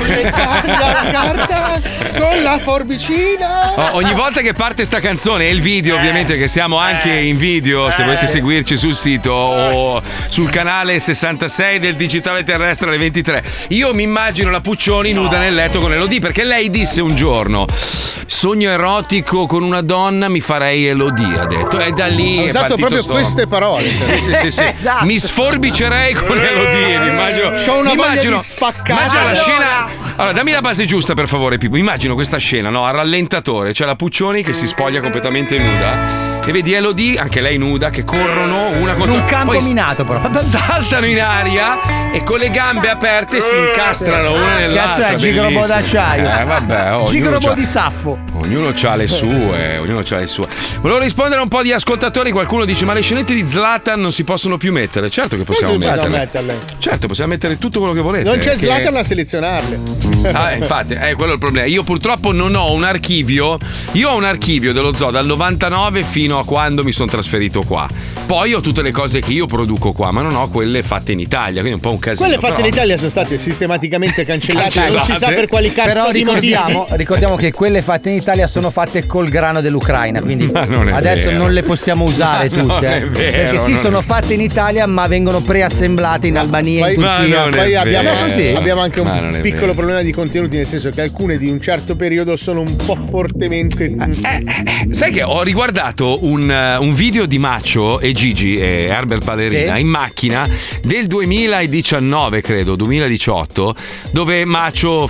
con la forbicina. Ogni volta che parte sta canzone e il video, ovviamente, che siamo anche in video, se volete seguirci sul sito o sul canale 66 del Digitale Terrestre alle 23, io mi immagino la Puccioni nuda nel letto con Elodie, perché lei disse un giorno: sogno erotico con una donna, mi farei Elodie, ha detto, e da lì ha usato proprio queste parole. Sì. Esatto. Mi sforbicerei con Elodie, mi immagino. C'ho una voglia di spaccare. Immagino la scena. Allora, dammi la base giusta, per favore, Pippo. Immagino questa scena, no? A rallentatore, c'è la Puccioni che si spoglia completamente nuda e vedi Elodie, anche lei nuda, che corrono una contro un campo poi minato, però saltano in aria e con le gambe aperte si incastrano una nell'altra. Cazzo è gigolobò d'acciaio. Vabbè, gigolobò di Saffo. Ognuno c'ha le sue, Volevo rispondere a un po' di ascoltatori. Qualcuno dice: ma le scenette di Zlatan non si possono più mettere? Certo che possiamo metterle. Certo, possiamo mettere tutto quello che volete. Non c'è Zlatan a selezionarle. Infatti, quello è il problema. Io purtroppo non ho un archivio. Io ho un archivio dello zoo dal 99 fino a quando mi sono trasferito qua. Poi ho tutte le cose che io produco qua, ma non ho quelle fatte in Italia, quindi un po' un casino. Quelle fatte in Italia sono state sistematicamente cancellate, non si sa per quali cazzo di motivi. Ricordiamo che quelle fatte in Italia sono fatte col grano dell'Ucraina, quindi adesso non le possiamo usare tutte. Perché sono fatte in Italia, ma vengono preassemblate in Albania e in Turchia. Poi abbiamo anche un piccolo problema di contenuti, nel senso che alcune di un certo periodo sono un po' fortemente. Sai che ho riguardato un video di Maccio e Gigi e Herbert Ballerina in macchina del 2019, credo 2018, dove Maccio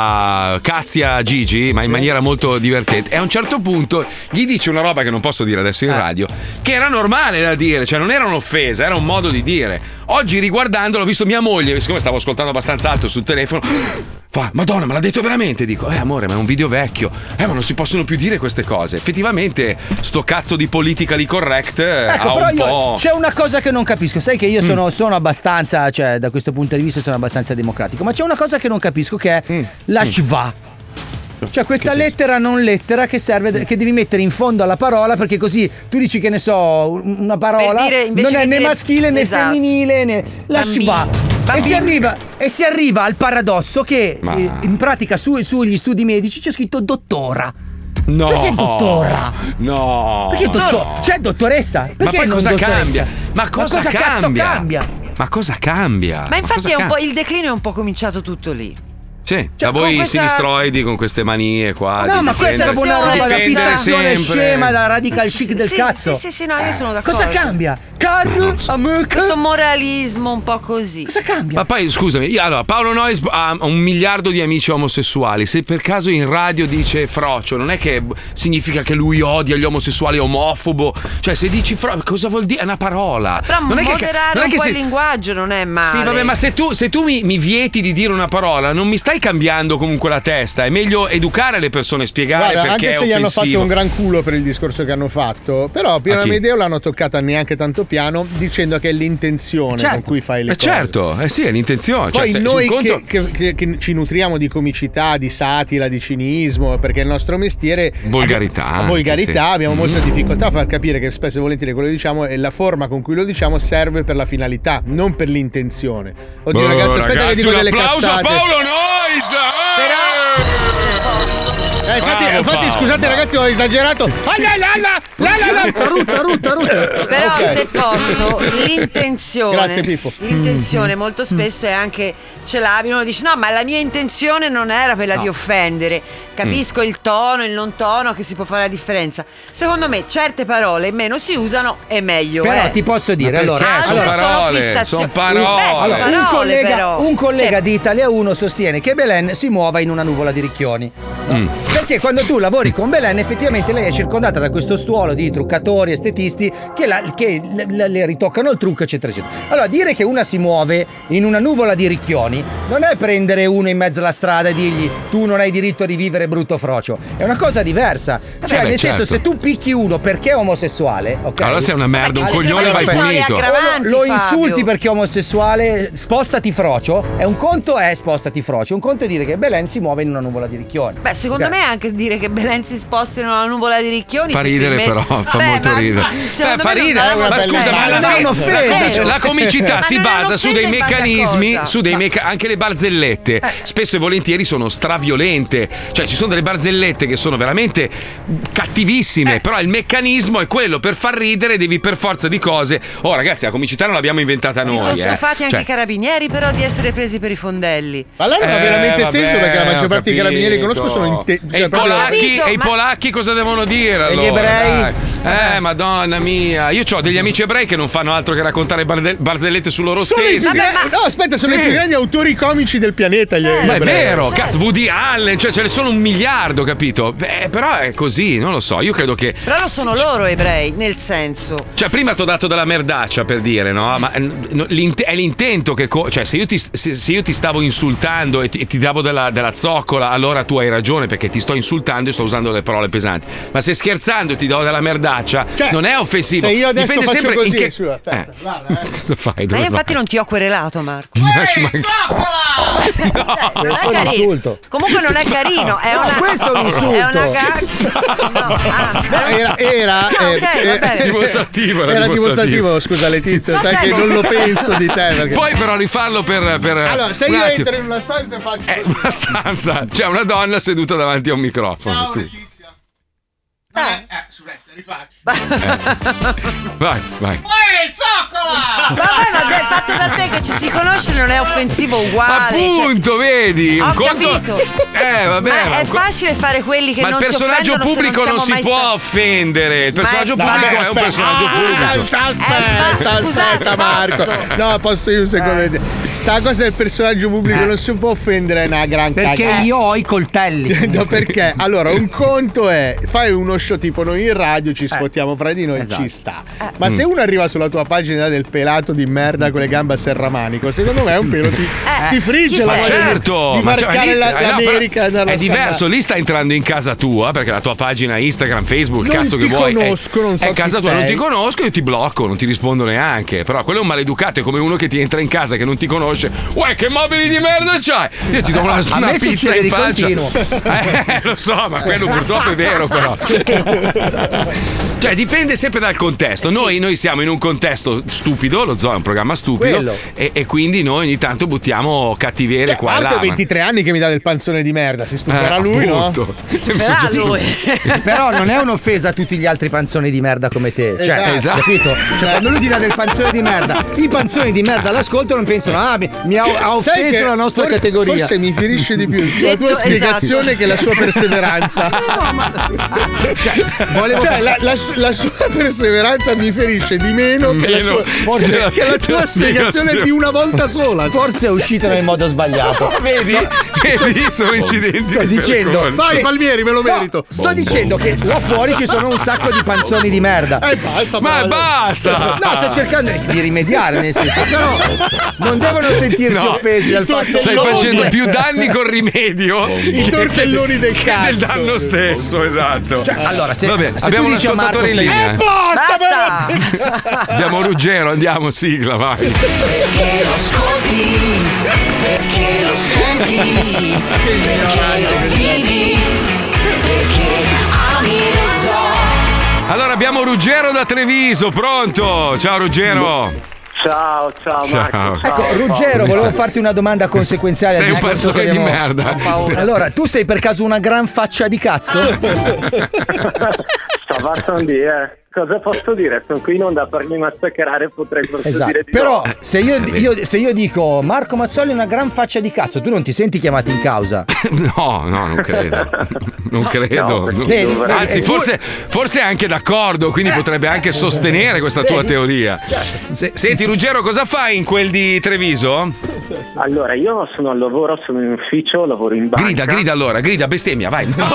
fa cazzi a Gigi, ma in maniera molto divertente, e a un certo punto gli dice una roba che non posso dire adesso in radio, che era normale da dire, cioè non era un'offesa, era un modo di dire. Oggi riguardandolo ho visto mia moglie, siccome stavo ascoltando abbastanza alto sul telefono, fa: Madonna, me l'ha detto veramente? Dico: amore, ma è un video vecchio, ma non si possono più dire queste cose. Effettivamente sto cazzo di politically correct ha un po'. C'è una cosa che non capisco, sai che io sono abbastanza, cioè da questo punto di vista sono abbastanza democratico, ma c'è una cosa che non capisco, che è la shva. Cioè questa lettera non lettera che serve, che devi mettere in fondo alla parola, perché così tu dici, che ne so, una parola non è né maschile né femminile né la shva. E si arriva al paradosso che in pratica sugli studi medici c'è scritto dottora. No. Perché dottora? No. Perché c'è dottoressa? Perché ma poi non cosa dottoressa? cambia? Ma cosa cazzo cambia? Ma cosa cambia? Ma infatti è un po', il declino è un po' cominciato tutto lì. Sì, da voi sinistroidi con queste manie qua. No, ma questa è proprio una roba da fissazione scema, da radical chic del cazzo. Sì, no, io sono d'accordo. Cosa cambia? Questo moralismo un po' così. Cosa cambia? Ma poi scusami, allora Paolo Noyes ha 1 miliardo di amici omosessuali. Se per caso in radio dice frocio, non è che significa che lui odia gli omosessuali, è omofobo. Cioè, se dici frocio, cosa vuol dire? È una parola. Però non moderare un po' il linguaggio non è male. Sì, vabbè, ma se tu mi vieti di dire una parola, non mi stai cambiando comunque la testa. È meglio educare le persone, spiegare. Guarda, perché anche se è gli hanno offensivo. fatto un gran culo per il discorso che hanno fatto, però Pio Amedeo l'hanno toccata neanche tanto piano. piano dicendo che è l'intenzione con cui fai le cose. Certo, sì, è l'intenzione. Poi cioè, noi che ci nutriamo di comicità, di satira, di cinismo, perché il nostro mestiere volgarità, abbiamo molta difficoltà a far capire che spesso e volentieri quello che diciamo e la forma con cui lo diciamo serve per la finalità, non per l'intenzione. Oddio, ragazzi, aspetta che dico delle cazzate. Un applauso a Paolo Noyes! Infatti, scusate ragazzi, ho esagerato. Rutta. Però se posso, l'intenzione. Grazie Pippo. L'intenzione molto spesso è anche ce l'abbiano, uno dice no, ma la mia intenzione non era quella di offendere. Capisco il tono, il non tono, che si può fare la differenza. Secondo me certe parole meno si usano e meglio. Però ti posso dire, sono parole. Un collega di Italia 1 sostiene che Belen si muova in una nuvola di ricchioni. Perché quando tu lavori con Belen effettivamente lei è circondata da questo stuolo di truccatori, estetisti che le ritoccano il trucco, eccetera eccetera. Allora dire che una si muove in una nuvola di ricchioni non è prendere uno in mezzo alla strada e dirgli tu non hai diritto di vivere brutto frocio, è una cosa diversa. Cioè nel senso, se tu picchi uno perché è omosessuale, allora sei una merda, un coglione, vai punito. Lo insulti perché è omosessuale, spostati frocio, è un conto è spostati frocio, un conto è dire che Belen si muove in una nuvola di ricchioni. Beh, secondo me anche dire che Belen si sposta in una nuvola di ricchioni fa ridere, però fa molto ridere. Fa ridere, ma scusa, ma la comicità si basa su dei meccanismi, anche le barzellette spesso e volentieri sono straviolente, cioè ci sono delle barzellette che sono veramente cattivissime, però il meccanismo è quello, per far ridere devi per forza di cose. Oh ragazzi, la comicità non l'abbiamo inventata noi. Si sono stufati anche i carabinieri però di essere presi per i fondelli. Ma allora non ha veramente senso, perché la maggior parte dei carabinieri che conosco sono e i polacchi cosa devono dire allora? E gli ebrei? Madonna mia, io ho degli amici ebrei che non fanno altro che raccontare barzellette su loro stessi. Sono i più grandi autori comici del pianeta gli ebrei. Ma è vero, cazzo, Woody Allen, cioè ce ne sono 1 miliardo, capito? Però è così, non lo so, io credo che però lo sono loro ebrei, nel senso, cioè prima t'ho dato della merdaccia per dire, no? Ma è l'intento che cioè se io ti stavo insultando e ti davo della zoccola, allora tu hai ragione, perché ti sto insultando e sto usando delle parole pesanti. Ma se scherzando e ti do della merdaccia, cioè, non è offensivo. Se io adesso dipende faccio sempre così, guarda, cosa fai? Ma io infatti non ti ho querelato, Marco. Questo è un insulto. Comunque non è carino, è una questo è un insulto. È una gag. Era dimostrativo. Era dimostrativo, scusa Letizia, sai che non lo penso di te. Perché... Puoi però rifarlo per allora, se io entro in una stanza e faccio una stanza, c'è una donna seduta davanti a un microfono. Ciao Letizia. Rifaccio. Vai. Zoccola! Vabbè, ma fatto da te che ci si conosce non è offensivo uguale. Appunto, vedi? Ho capito. Vabbè. Ma è facile fare quelli che non si offendono. Ma il personaggio pubblico non si può offendere. Il personaggio pubblico è un personaggio pubblico. Aspetta Marco. No, posso io un secondo. Sta cosa del personaggio pubblico non si può offendere, è una gran cagata. Perché io ho i coltelli. No, perché? Allora, un conto è fai uno show tipo noi in radio, ci sfottiamo fra di noi, ci sta. Ma se uno arriva sulla tua pagina del pelato di merda con le gambe a serramanico, secondo me è un pelo ti frigge la certo, di varcare l'America. È diverso, lì sta entrando in casa tua, perché la tua pagina Instagram, Facebook, non cazzo che vuoi. Non so è casa tua, non ti conosco, io ti blocco, non ti rispondo neanche. Però quello è un maleducato, è come uno che ti entra in casa che non ti conosce. Uè, che mobili di merda c'hai? Io ti do una pizza in faccia. Lo so, ma quello purtroppo è vero, però. Cioè dipende sempre dal contesto. Noi siamo in un contesto stupido, lo Zoo è un programma stupido e quindi noi ogni tanto buttiamo cattiverie qua e là. Marco ha 23 anni che mi dà del panzone di merda, si stuferà lui, no? Si stuferà lui. Però non è un'offesa a tutti gli altri panzoni di merda come te. Cioè, esatto. Capito? Cioè, quando lui ti dà del panzone di merda, i panzoni di merda all'ascolto non pensano mi ha offeso la nostra categoria. Forse mi ferisce di più la tua spiegazione che la sua perseveranza. No, ma la sua perseveranza mi ferisce di meno che la tua spiegazione di una volta sola. Forse è uscita nel modo sbagliato. Vedi, sono incidenti. Sto dicendo, vai Palmieri, me lo merito. Sto dicendo che là fuori ci sono un sacco di panzoni di merda. Basta. Ma basta. No, sto cercando di rimediare, nel senso, però non devono sentirsi offesi dal fatto. Stai facendo più danni col rimedio. I tortelloni del cazzo. Del danno stesso, esatto. Cioè, allora, se abbiamo tu dici a Marco ancora in linea. Basta! Abbiamo Ruggero, andiamo, sigla, vai. Perché lo ascolti, perché lo senti, perché lo vivi, perché ami lo zoo. Allora abbiamo Ruggero da Treviso, pronto? Ciao Ruggero. Ciao Marco. Ecco, Ruggero, volevo farti una domanda conseguenziale. Sei un perzone di merda. Allora, tu sei per caso una gran faccia di cazzo? Sta passando di cosa posso dire? Sono qui in onda per farmi massacrare, potrei forse dire di Però no. se io dico Marco Mazzoli è una gran faccia di cazzo, tu non ti senti chiamato in causa? No, non credo. Non credo. No, anzi, forse è anche d'accordo, quindi potrebbe anche sostenere questa tua teoria. Senti Ruggero, cosa fai in quel di Treviso? Allora, io sono al lavoro, sono in ufficio, lavoro in banca. Grida, bestemmia, vai. No,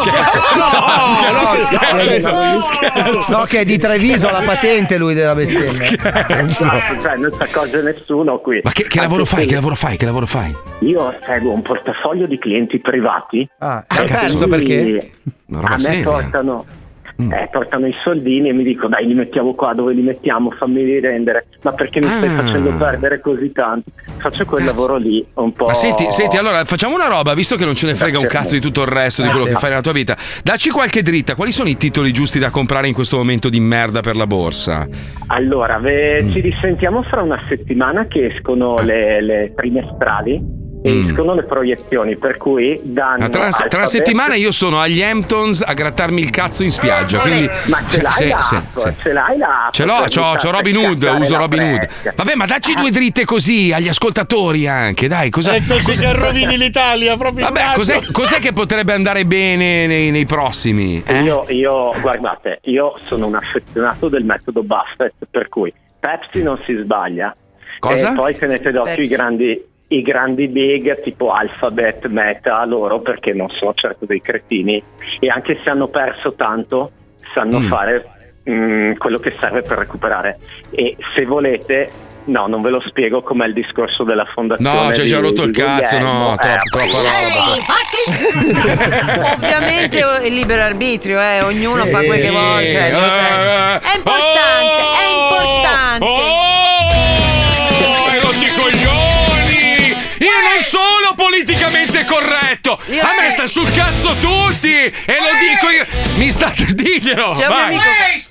scherzo. So che è di Treviso la patente lui della bestemmia. Non si accorge nessuno qui. Ma che lavoro fai? Che lavoro fai? Io seguo un portafoglio di clienti privati. Hai perso perché? A me portano i soldini e mi dico dai, li mettiamo qua, dove li mettiamo, fammi rirendere. Ma perché mi stai facendo perdere così tanto? Faccio quel lavoro lì un po'. Ma senti, allora facciamo una roba, visto che non ce ne frega un cazzo di tutto il resto di quello che fai nella tua vita, dacci qualche dritta. Quali sono i titoli giusti da comprare in questo momento di merda per la borsa? Allora, ci risentiamo fra una settimana che escono le trimestrali. Escono le proiezioni, per cui danno tra una settimana io sono agli Hamptons a grattarmi il cazzo in spiaggia, quindi ma ce l'hai ce l'hai l'app? Ce l'ho, c'ho Robin Hood, uso Robin Hood. Vabbè, ma dacci due dritte così agli ascoltatori anche, dai, cosa? È così che rovini l'Italia proprio. Vabbè, cos'è che potrebbe andare bene nei prossimi? Io guardate, io sono un affezionato del metodo Buffett, per cui Pepsi non si sbaglia. Cosa? E poi tenete d'occhio i grandi big tipo Alphabet, Meta, loro, perché non sono certo dei cretini e anche se hanno perso tanto sanno fare quello che serve per recuperare. E se volete, no, non ve lo spiego com'è il discorso della fondazione. No, ci hai già rotto il cazzo, no, troppa roba. Ovviamente il libero arbitrio, ognuno fa quel che vuole, cioè, è importante, è importante. Sono politicamente corretto. A me sta sul cazzo tutti e lo dico io. Mi state diglielo. C'è un amico.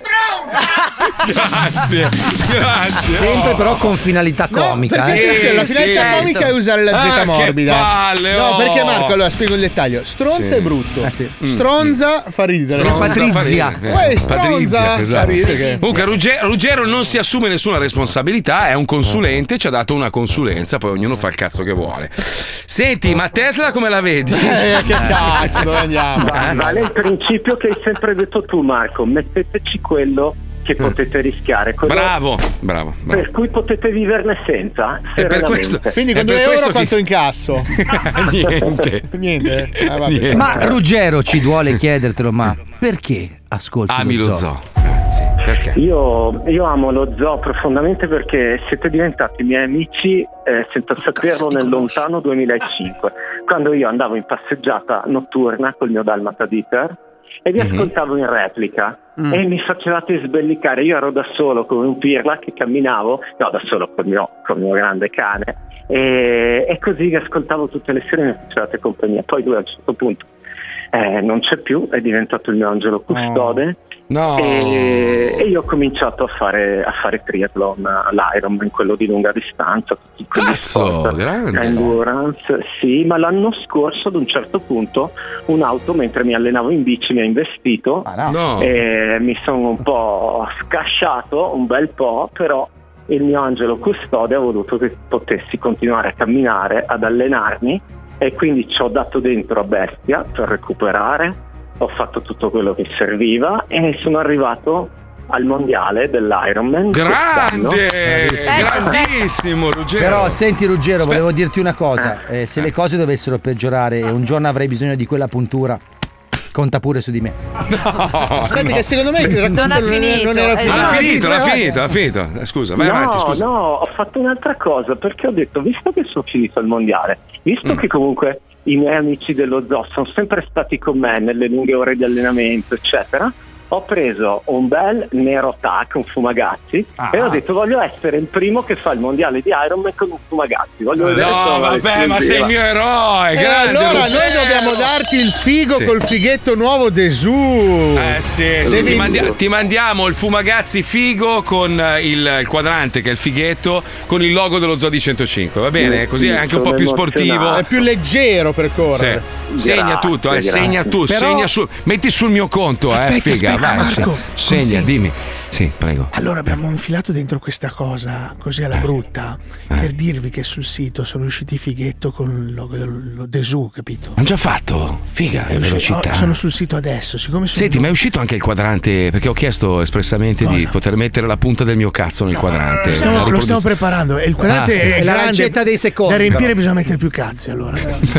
Grazie. Sempre però con finalità comica. Perché la finalità comica è usare la Z morbida. Che palle, no, perché Marco, allora spiego il dettaglio. Stronza è brutto. Stronza fa ridere. Patrizia. Stronza fa ridere. Comunque Ruggero non si assume nessuna responsabilità, è un consulente, ci ha dato una consulenza, poi ognuno fa il cazzo che vuole. Senti, ma Tesla come la vedi? Che cazzo, dove andiamo? Vale il principio che hai sempre detto tu, Marco, metteteci quello che potete rischiare. Bravo. Per cui potete viverne senza. Per questo, quindi con 2 euro quanto incasso? Niente. Vabbè. Ma Ruggero, ci duole chiedertelo, ma perché ascolti ami lo zoo? Sì, perché? Io amo lo zoo profondamente perché siete diventati miei amici senza saperlo nel lontano 2005, quando io andavo in passeggiata notturna col mio Dalmata Dieter e vi ascoltavo in replica e mi facevate sbellicare. Io ero da solo come un pirla che camminavo, da solo col mio grande cane e così vi ascoltavo tutte le sere e mi facevate compagnia. Poi lui a un certo punto non c'è più, è diventato il mio angelo custode. No. E io ho cominciato a fare triathlon, l'Ironman, quello di lunga distanza, tutti quegli sport, endurance, sì, ma l'anno scorso ad un certo punto un'auto mentre mi allenavo in bici mi ha investito e mi sono un po' scasciato un bel po', però il mio angelo custode ha voluto che potessi continuare a camminare, ad allenarmi e quindi ci ho dato dentro a bestia per recuperare. Ho fatto tutto quello che serviva e sono arrivato al mondiale dell'Ironman. Grandissimo Ruggero. Però senti Ruggero, volevo dirti una cosa, se le cose dovessero peggiorare e un giorno avrei bisogno di quella puntura, conta pure su di me. Aspetta, che secondo me non ha finito. L'ha finito. Scusa, vai avanti, scusa. No, ho fatto un'altra cosa perché ho detto, visto che sono finito il mondiale, visto che comunque i miei amici dello zoo sono sempre stati con me nelle lunghe ore di allenamento, eccetera, ho preso un bel Nero Tac, un Fumagazzi, e ho detto voglio essere il primo che fa il mondiale di Ironman con un Fumagazzi. Voglio vedere vabbè, ma sei il mio eroe. Allora noi dobbiamo darti il figo col fighetto nuovo Desù. Ti mandiamo il Fumagazzi figo con il quadrante, che è il fighetto, con il logo dello Zoo di 105, va bene? Così è anche un po' più sportivo. È più leggero per correre. Segna tutto, segna tu, Però... metti sul mio conto, aspetta, vai, Marco, segna, dimmi. Sì, prego. Allora abbiamo infilato dentro questa cosa così alla brutta per dirvi che sul sito sono usciti fighetto con il logo dello Desù, capito? Hanno già fatto? Figa, è velocità. Sono sul sito adesso, siccome sono... Senti, ma è uscito anche il quadrante? Perché ho chiesto espressamente di poter mettere la punta del mio cazzo nel quadrante. Lo stiamo preparando e il quadrante è la grande, lancetta dei secondi. da riempire bisogna mettere più cazzi, allora.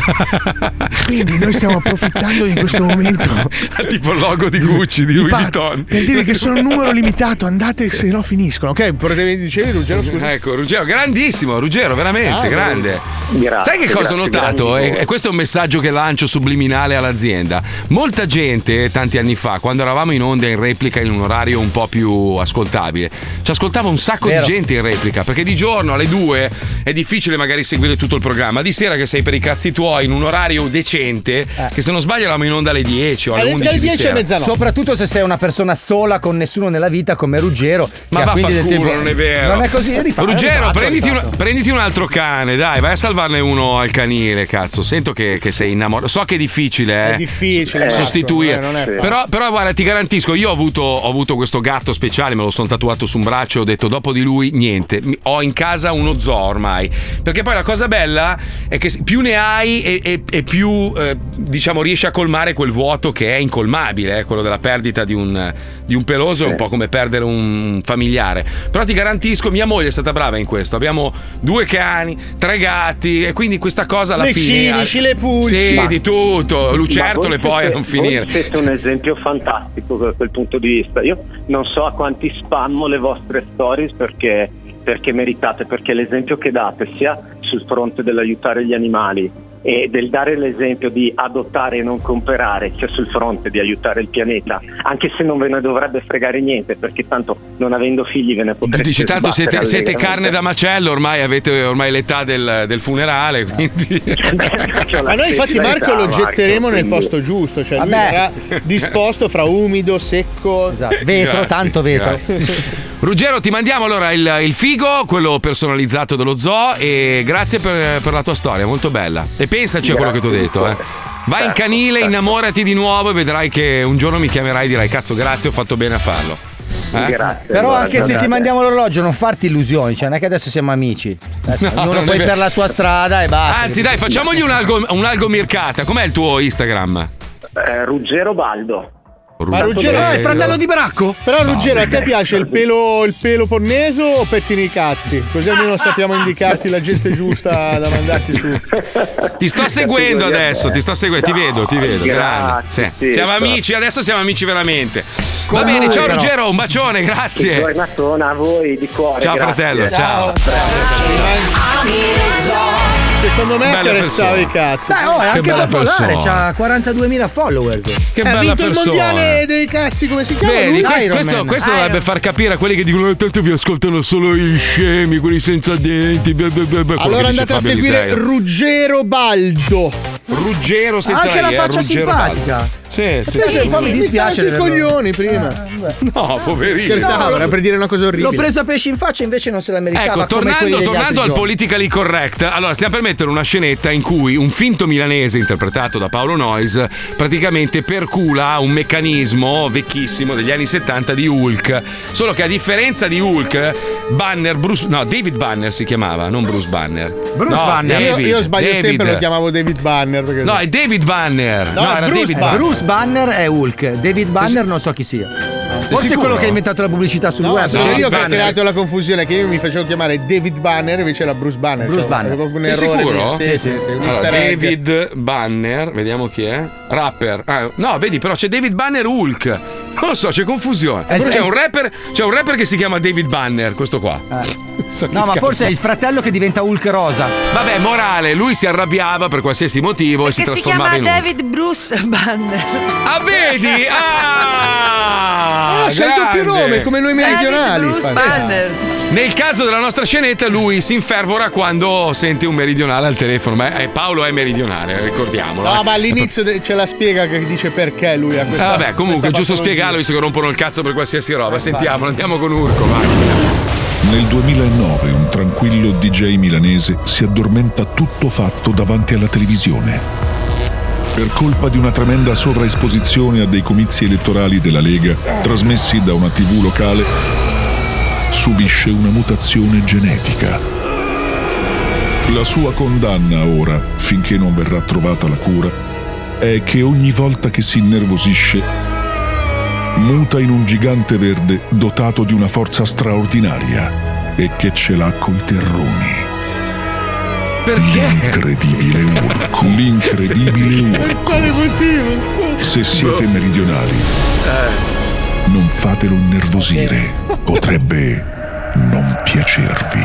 Quindi noi stiamo approfittando di questo momento. Tipo il logo di Gucci, di Louis Vuitton. Per dire che sono un numero limitato, andate se no finiscono. Ok, dicevi Ruggero, scusa. Ecco, Ruggero, grandissimo, Ruggero, veramente, grande. Grazie, Sai che cosa ho notato? E questo è un messaggio che lancio subliminale all'azienda. Molta gente, tanti anni fa, quando eravamo in onda in replica in un orario un po' più ascoltabile, ci ascoltava un sacco di gente in replica, perché di giorno alle 2 è difficile magari seguire tutto il programma. Di sera che sei per i cazzi tuoi in un orario decente, che se non sbaglio eravamo in onda alle 10 o alle 11 dalle di 10 sera. e mezzanotte. Soprattutto se sei una persona sola con nessuno nella vita come Ruggero. Ma vaffanculo, non è vero. Non è così, Ruggero, prenditi un altro cane, dai, vai a salvarne uno al canile, cazzo. Sento che sei innamorato. So che è difficile, È difficile sostituire. Non è però guarda, ti garantisco, io ho avuto questo gatto speciale, me lo sono tatuato su un braccio, ho detto dopo di lui niente. Ho in casa uno zoo ormai. Perché poi la cosa bella è che più ne hai e più diciamo riesci a colmare quel vuoto che è incolmabile, quello della perdita di un peloso, è un po' come perdere un familiare. Però ti garantisco, mia moglie è stata brava in questo. Abbiamo 2 cani, 3 gatti, e quindi questa cosa alla le fine. Cinici, le pulci. Sì, di tutto. Lucertole poi a non finire. Voi siete un esempio fantastico da quel punto di vista. Io non so a quanti spammo le vostre stories perché meritate, perché l'esempio che date sia sul fronte dell'aiutare gli animali e del dare l'esempio di adottare e non comprare, sia sul fronte di aiutare il pianeta, anche se non ve ne dovrebbe fregare niente, perché tanto non avendo figli ve ne potrete dici, tanto siete carne da macello, ormai avete l'età del funerale, quindi ma noi infatti Marco lo getteremo nel posto giusto, cioè lui verrà disposto fra umido, secco, vetro, Grazie, tanto vetro. grazie. Ruggero, ti mandiamo allora il figo, quello personalizzato dello zoo, e grazie per la tua storia, molto bella. E pensaci a quello che ti ho detto, Vai in canile, innamorati di nuovo e vedrai che un giorno mi chiamerai e dirai cazzo, grazie, ho fatto bene a farlo. Grazie. Però anche se ti mandiamo l'orologio non farti illusioni, cioè non è che adesso siamo amici. Ognuno poi per la sua strada e basta. Anzi dai, facciamogli un algo Mircata. Com'è il tuo Instagram? Ruggero Baldo. Ma Ruggero è il fratello di Bracco? Però Ruggero, a te piace il pelo ponneso o pettini i cazzi? Così almeno sappiamo indicarti la gente giusta da mandarti su. Ti sto seguendo adesso, ti vedo, grande. Siamo amici, adesso siamo amici veramente. Va bene, ciao Ruggero, un bacione, grazie. A voi di cuore. Ciao fratello, ciao. Secondo me accarezzava i cazzi. Beh, è anche popolare, c'ha 42.000 followers. Che ha bella vinto persona. il mondiale dei cazzi, come si chiama? Vedi, questo dovrebbe far capire a quelli che dicono tanto vi ascoltano solo i scemi, quelli senza denti. Allora andate a seguire Ruggero Baldo. Ruggero senza anche la faccia simpatica. Sì. Un po' mi dispiace sui coglioni prima. No, poverino. Scherzavo, era per dire una cosa orribile. L'ho presa pesci in faccia, invece non se la meritava. Ecco, come tornando al politically correct, allora stiamo per mettere una scenetta in cui un finto milanese interpretato da Paolo Noyes praticamente percula un meccanismo vecchissimo degli anni 70 di Hulk, solo che a differenza di Hulk, David Banner si chiamava, non Bruce Banner. Banner. Io sbaglio sempre, lo chiamavo David Banner perché no, è David Banner. No, era Bruce Banner. Bruce Banner è Hulk, David Banner non so chi sia. Forse è quello che ha inventato la pubblicità sul web. Sono io che ho creato la confusione, che io mi facevo chiamare David Banner, invece era Bruce Banner. Bruce Banner. È proprio un Sei errore. sicuro? Sì, un allora, easter egg. David Banner, vediamo chi è. Rapper. No, vedi, però c'è David Banner Hulk. Non lo so, c'è confusione. C'è un rapper che si chiama David Banner, questo qua. No, ma forse è il fratello che diventa Hulk rosa. Vabbè, morale, lui si arrabbiava per qualsiasi motivo e si trasformava in si chiama David Bruce Banner. Ah, vedi? C'è il doppio nome, come noi meridionali. David Bruce Banner. Nel caso della nostra scenetta, lui si infervora quando sente un meridionale al telefono. Ma Paolo è meridionale, ricordiamolo. No, ma all'inizio ce la spiega che dice perché lui ha questa. Vabbè, comunque è giusto spiegarlo, visto che rompono il cazzo per qualsiasi roba. Sentiamolo, andiamo con Urco, vai. Nel 2009 un tranquillo DJ milanese si addormenta tutto fatto davanti alla televisione. Per colpa di una tremenda sovraesposizione a dei comizi elettorali della Lega, trasmessi da una TV locale, subisce una mutazione genetica. La sua condanna ora, finché non verrà trovata la cura, è che ogni volta che si innervosisce, muta in un gigante verde dotato di una forza straordinaria e che ce l'ha coi terroni. Perché? L'incredibile Urco. L'incredibile Urco. Per quale motivo? Scusa. Se siete meridionali, non fatelo innervosire. Potrebbe non piacervi.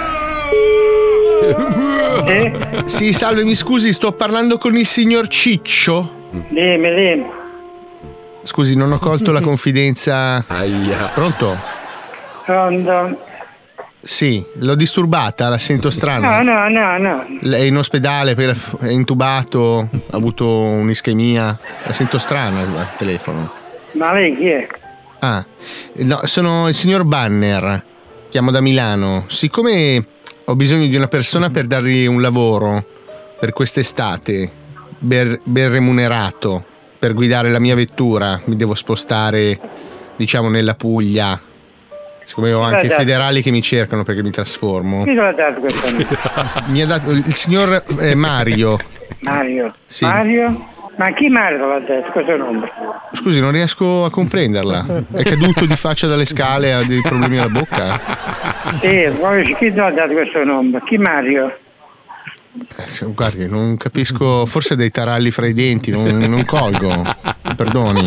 Sì, salve, mi scusi, sto parlando con il signor Ciccio. Dimmi. Scusi, non ho colto la confidenza. Pronto? Pronto? Sì, l'ho disturbata, la sento strana. No. Lei è in ospedale, è intubato, ha avuto un'ischemia. La sento strana al telefono. Ma lei chi è? Ah, no, sono il signor Banner. Chiamo da Milano. Siccome ho bisogno di una persona per dargli un lavoro per quest'estate, ben remunerato, per guidare la mia vettura, mi devo spostare, diciamo, nella Puglia. Siccome ho anche i federali che mi cercano perché mi trasformo. Chi te l'ha dato questo nome? Mi ha dato il signor Mario. Mario? Sì. Mario? Ma chi Mario l'ha detto questo nome? Scusi, non riesco a comprenderla. È caduto di faccia dalle scale, ha dei problemi alla bocca? Sì, chi te l'ha dato questo nome? Chi Mario? Guardi, non capisco, forse dei taralli fra i denti, non colgo. Perdoni.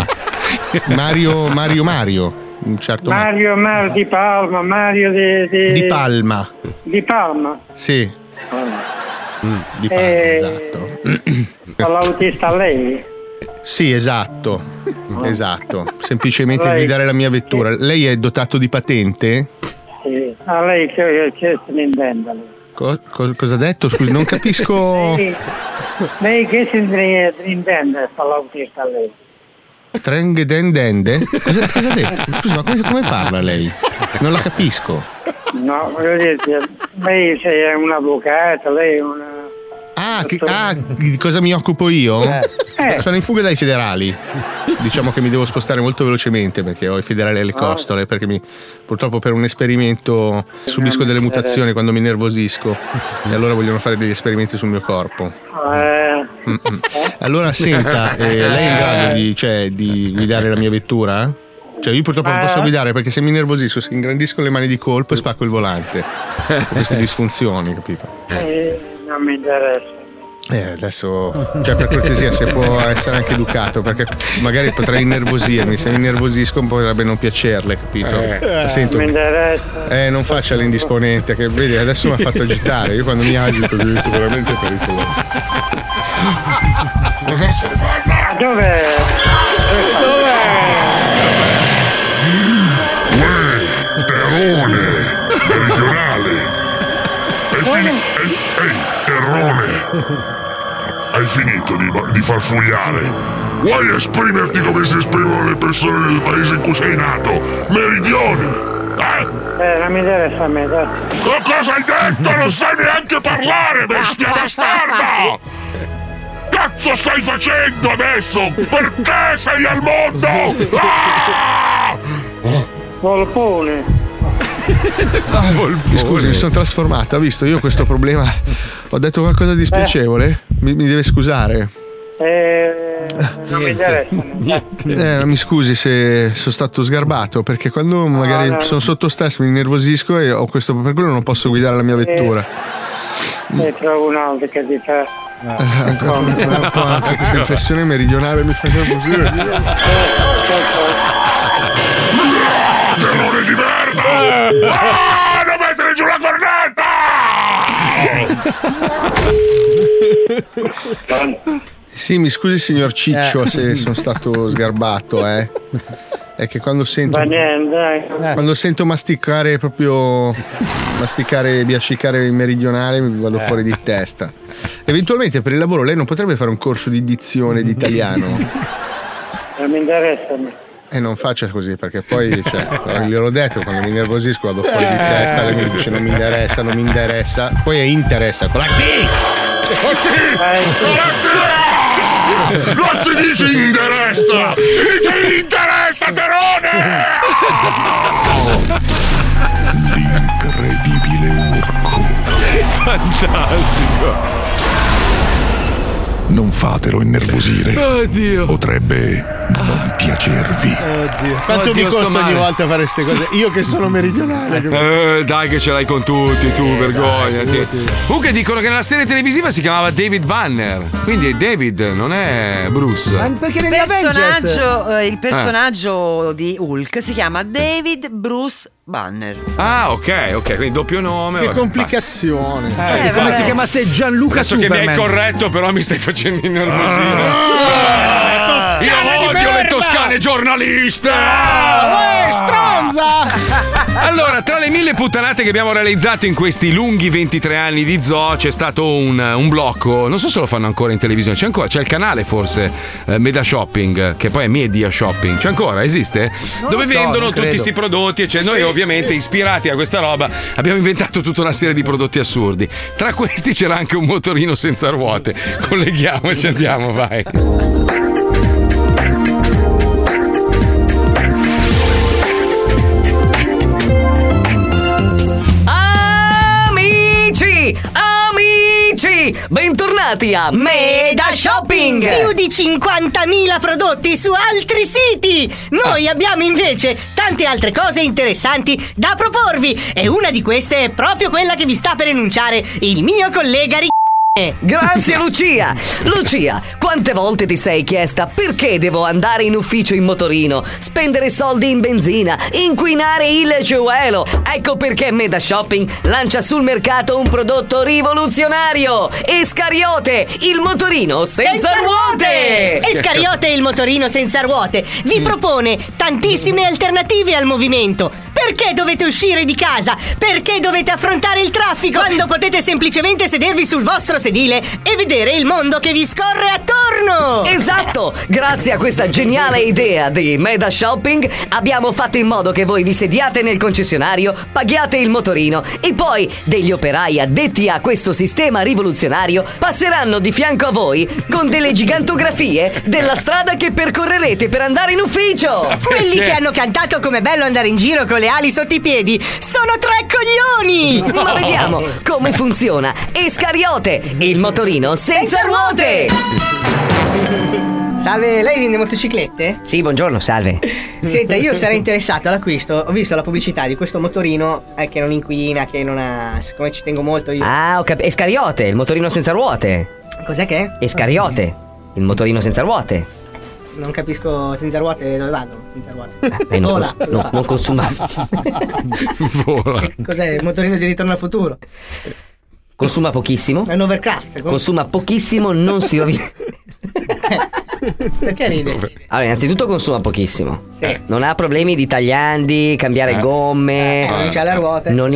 Mario. Un certo Mario di Palma, Mario di Palma. Di Palma? Sì. Di Palma, esatto. L'autista lei? Sì, esatto. Semplicemente guidare la mia vettura. Lei è dotato di patente? Sì. A lei che se ne intende? Cosa ha detto? Scusi, non capisco. Lei che se ne intende l'autista lei? Trengedendende? Cosa ha detto? Scusi, ma come parla lei? Non la capisco. No, voglio dire, lei è un avvocato, lei è una... di cosa mi occupo io? Sono in fuga dai federali. Diciamo che mi devo spostare molto velocemente perché ho i federali alle costole, perché purtroppo per un esperimento subisco delle mutazioni quando mi nervosisco e allora vogliono fare degli esperimenti sul mio corpo. Allora senta, lei è in grado di guidare la mia vettura? Cioè io purtroppo non posso guidare perché se mi nervosisco si ingrandisco le mani di colpo e spacco il volante. Queste disfunzioni, capito? Non mi interessa. Adesso, cioè per cortesia, se può essere anche educato, perché magari potrei innervosirmi. Se mi innervosisco potrebbe non piacerle, capito? Sento, mi interessa. Non faccia l'indisponente, che vedi, adesso mi ha fatto agitare. Io quando mi agito divento veramente pericoloso. Dov'è? Terrone meridionale. Ehi, terrone. Hai finito di farfugliare? Vuoi esprimerti come si esprimono le persone del paese in cui sei nato? Meridione! Non mi interessa a me, dai. Cosa hai detto? Non sai neanche parlare, bestia bastarda! Cazzo stai facendo adesso? Perché sei al mondo? Volpone. Scusi, mi sono trasformata, ha visto? Io ho questo problema. Ho detto qualcosa di spiacevole? Mi deve scusare. Non mi interessa. Mi scusi se sono stato sgarbato, perché quando magari sono sotto stress mi innervosisco e ho questo, per quello non posso guidare la mia vettura. Ne trovo un altro che ti fa. Anche questa inflessione meridionale mi fa nervosire. Non mettere giù la cornetta! Sì, mi scusi signor Ciccio se sono stato sgarbato, È che quando sento quando sento masticare biascicare il meridionale mi vado fuori di testa. Eventualmente per il lavoro lei non potrebbe fare un corso di dizione di italiano? Non mi interessa. Non faccia così perché poi gliel'ho detto, quando mi nervosisco vado fuori di testa, lei mi dice non mi interessa, poi è interessa con la T! Non si dice interessa! Si dice interessa, Terone! L'incredibile orco. Fantastico! Non fatelo innervosire. Oddio. Potrebbe non piacervi. Oddio. Quanto mi costa ogni volta fare queste cose? Io che sono meridionale. Dai che ce l'hai con tutti, tu, vergognati. Comunque dicono che nella serie televisiva si chiamava David Banner. Quindi è David, non è Bruce. Ma perché negli Avengers il personaggio di Hulk si chiama David Bruce Banner. Ah, ok, quindi doppio nome. Che complicazione. Come si chiamasse Gianluca Adesso Superman. che mi hai corretto, però mi stai facendo innervosire. Io odio le toscane giornaliste! Stronza! Allora, tra le 1000 puttanate che abbiamo realizzato in questi lunghi 23 anni di zoo, c'è stato un blocco. Non so se lo fanno ancora in televisione. C'è il canale forse Meda Shopping, che poi è Media Shopping. C'è ancora? Esiste? Dove vendono tutti questi prodotti. Cioè, noi ovviamente ispirati a questa roba abbiamo inventato tutta una serie di prodotti assurdi. Tra questi c'era anche un motorino senza ruote. Colleghiamoci, andiamo, vai. Amici, bentornati a Meda Shopping! Più di 50.000 prodotti su altri siti! Noi abbiamo invece tante altre cose interessanti da proporvi e una di queste è proprio quella che vi sta per enunciare il mio collega Grazie Lucia! Lucia, quante volte ti sei chiesta perché devo andare in ufficio in motorino, spendere soldi in benzina, inquinare il gioiello? Ecco perché Meda Shopping lancia sul mercato un prodotto rivoluzionario! Escariote, il motorino senza ruote! Escariote, il motorino senza ruote vi propone tantissime alternative al movimento. Perché dovete uscire di casa? Perché dovete affrontare il traffico quando potete semplicemente sedervi sul vostro sedile e vedere il mondo che vi scorre attorno? Esatto! Grazie a questa geniale idea di Meda Shopping abbiamo fatto in modo che voi vi sediate nel concessionario, paghiate il motorino e poi degli operai addetti a questo sistema rivoluzionario passeranno di fianco a voi con delle gigantografie della strada che percorrerete per andare in ufficio! Quelli che hanno cantato "Com'è bello andare in giro con le ali sotto i piedi" sono 3 coglioni! Ma vediamo come funziona Escariote, il motorino senza ruote! Salve, lei vende motociclette? Sì, buongiorno, salve. Senta, io sarei interessato all'acquisto. Ho visto la pubblicità di questo motorino che non inquina, che non ha... Siccome ci tengo molto io. Ah, ho capito. Escariote, il motorino senza ruote. Cos'è che è? Escariote, il motorino senza ruote. Non capisco, senza ruote dove vado? Senza ruote. Lei non consuma. Vola. Cos'è? Il motorino di Ritorno al futuro? Consuma pochissimo. È un overcraft. Consuma pochissimo, non si rovina. Perché ride? Allora, innanzitutto consuma pochissimo. Sì. Non ha problemi di tagliandi, cambiare gomme. Non c'ha le ruote. Non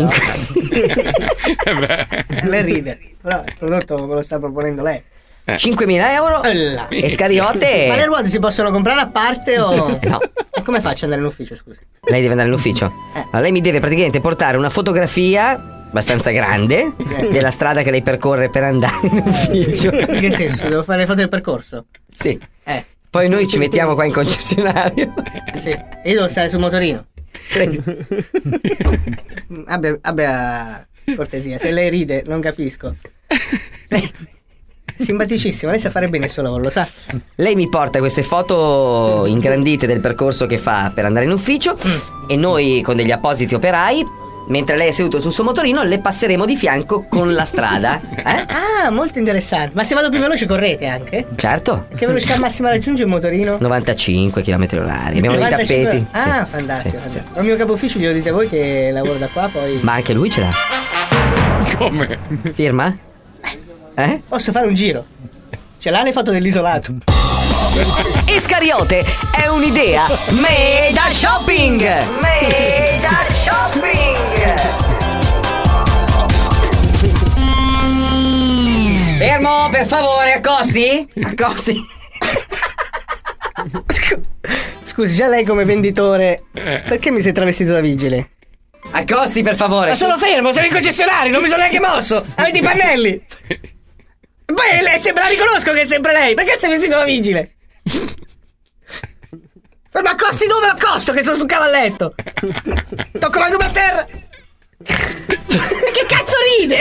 Le ride. Però il prodotto me lo sta proponendo lei. 5.000 euro. Escariote. Ma le ruote si possono comprare a parte o... No. E come faccio ad andare in ufficio, scusi? Lei deve andare in ufficio? Allora, lei mi deve praticamente portare una fotografia abbastanza grande della strada che lei percorre per andare in ufficio. In che senso? Devo fare le foto del percorso? Sì. Poi noi ci mettiamo qua in concessionario. Sì. E io devo stare sul motorino. Abbia cortesia, se lei ride non capisco. Simpaticissimo, lei sa fare bene il suo lavoro, lo sa. Lei mi porta queste foto ingrandite del percorso che fa per andare in ufficio e noi con degli appositi operai Mentre lei è seduto sul suo motorino, le passeremo di fianco con la strada. Ah, molto interessante. Ma se vado più veloce correte anche? Certo. Che velocità massima raggiunge il motorino? 95 km/h. Abbiamo dei tappeti. Ah, sì. Fantastico. Sì. Al mio capo ufficio glielo dite voi che lavoro da qua, poi. Ma anche lui ce l'ha. Come? Firma? Posso fare un giro? Ce l'ha le foto dell'isolato. Iscariote è un'idea made da shopping. Made da shopping. Fermo, per favore, accosti. Accosti. Scusi, già lei come venditore, perché mi sei travestito da vigile? Accosti, per favore. Ma sono fermo, sono in concessionario, non mi sono neanche mosso. Avete i pannelli. Poi la riconosco che è sempre lei. Perché sei vestito da vigile? Ma accosti dove accosto? Che sono sul cavalletto. Tocco la gomma a terra. Che cazzo ride?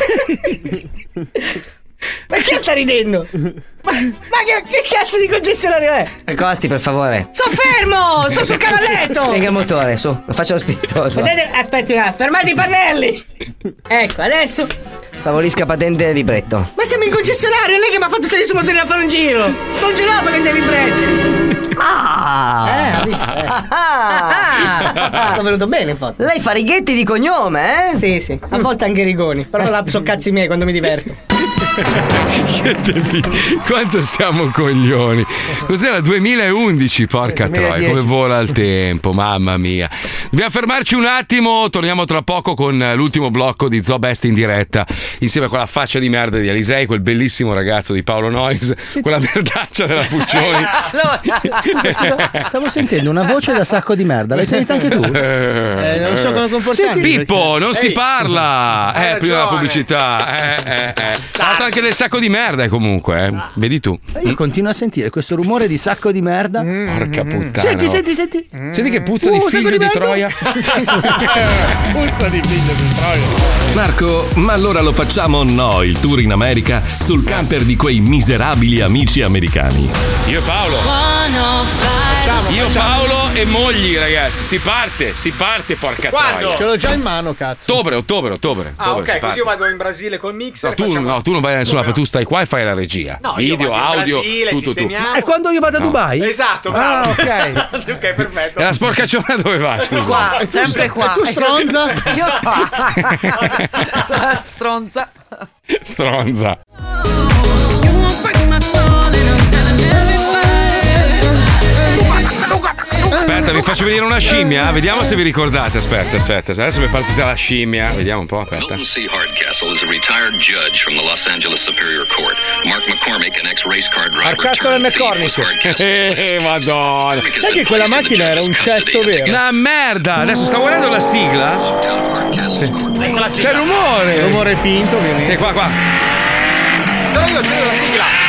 Perché sta ridendo? Ma che cazzo di concessionario è? Accosti, per favore. Sono fermo! Sto sul cavalletto! Spiega il motore, su, lo faccio lo spiritoso. Vedete? Aspetti un attimo, fermate i pannelli! Ecco, adesso. Favorisca patente e libretto. Ma siamo in concessionario, è lei che mi ha fatto salire sul motorino a fare un giro! Non ce l'ho patente e libretto! Ha visto? Sono venuto bene in foto. Lei fa Righetti di cognome, eh? Sì, a volte anche Rigoni. Però là sono cazzi miei quando mi diverto. Quanto siamo coglioni. Cos'era 2011, porca troia, come vola il tempo, mamma mia. Dobbiamo fermarci un attimo, torniamo tra poco con l'ultimo blocco di Zoo Best in diretta, insieme a quella faccia di merda di Alisei, quel bellissimo ragazzo di Paolo Noyes, quella merdaccia della Puccioni. Stavo sentendo una voce da sacco di merda, l'hai sentita anche tu? Non so come comportarmi. Pippo, non si parla prima della pubblicità. Fatto anche del sacco di merda comunque, vedi tu. Io continuo a sentire questo rumore di sacco di merda. Porca puttana. Senti. Senti che puzza di figlio di Troia. Puzza di figlio di Troia. Marco, ma allora lo facciamo noi il tour in America sul camper di quei miserabili amici americani. Io Paolo e mogli, ragazzi. Si parte, porca troia. Ce l'ho già in mano, cazzo. Ottobre. Ah, ok, così io vado in Brasile col mixer. Tu non vai da nessuna parte, tu stai qua e fai la regia. No, video, audio, Brasile, tutto tu. E quando io vado a Dubai? Esatto, bravo. Ok. Ok, perfetto. E la sporcacciona dove va? Scusa. Qua, sempre qua. E tu stronza? Io qua. Stronza. Stronza. Aspetta, vi faccio vedere una scimmia. Vediamo se vi ricordate. Aspetta. Adesso mi è partita la scimmia. Vediamo un po'. Aspetta. Milton C. Hardcastle is a retired judge from the Los Angeles Superior Court. Mark McCormick, an ex-race car driver. Hardcastle e McCormick. Madonna. Sai che quella macchina era un cesso vero? Una merda. Adesso sta guardando la sigla? Sì. C'è il rumore. Il rumore finto, ovviamente. Sì, qua. Però io c'è la sigla.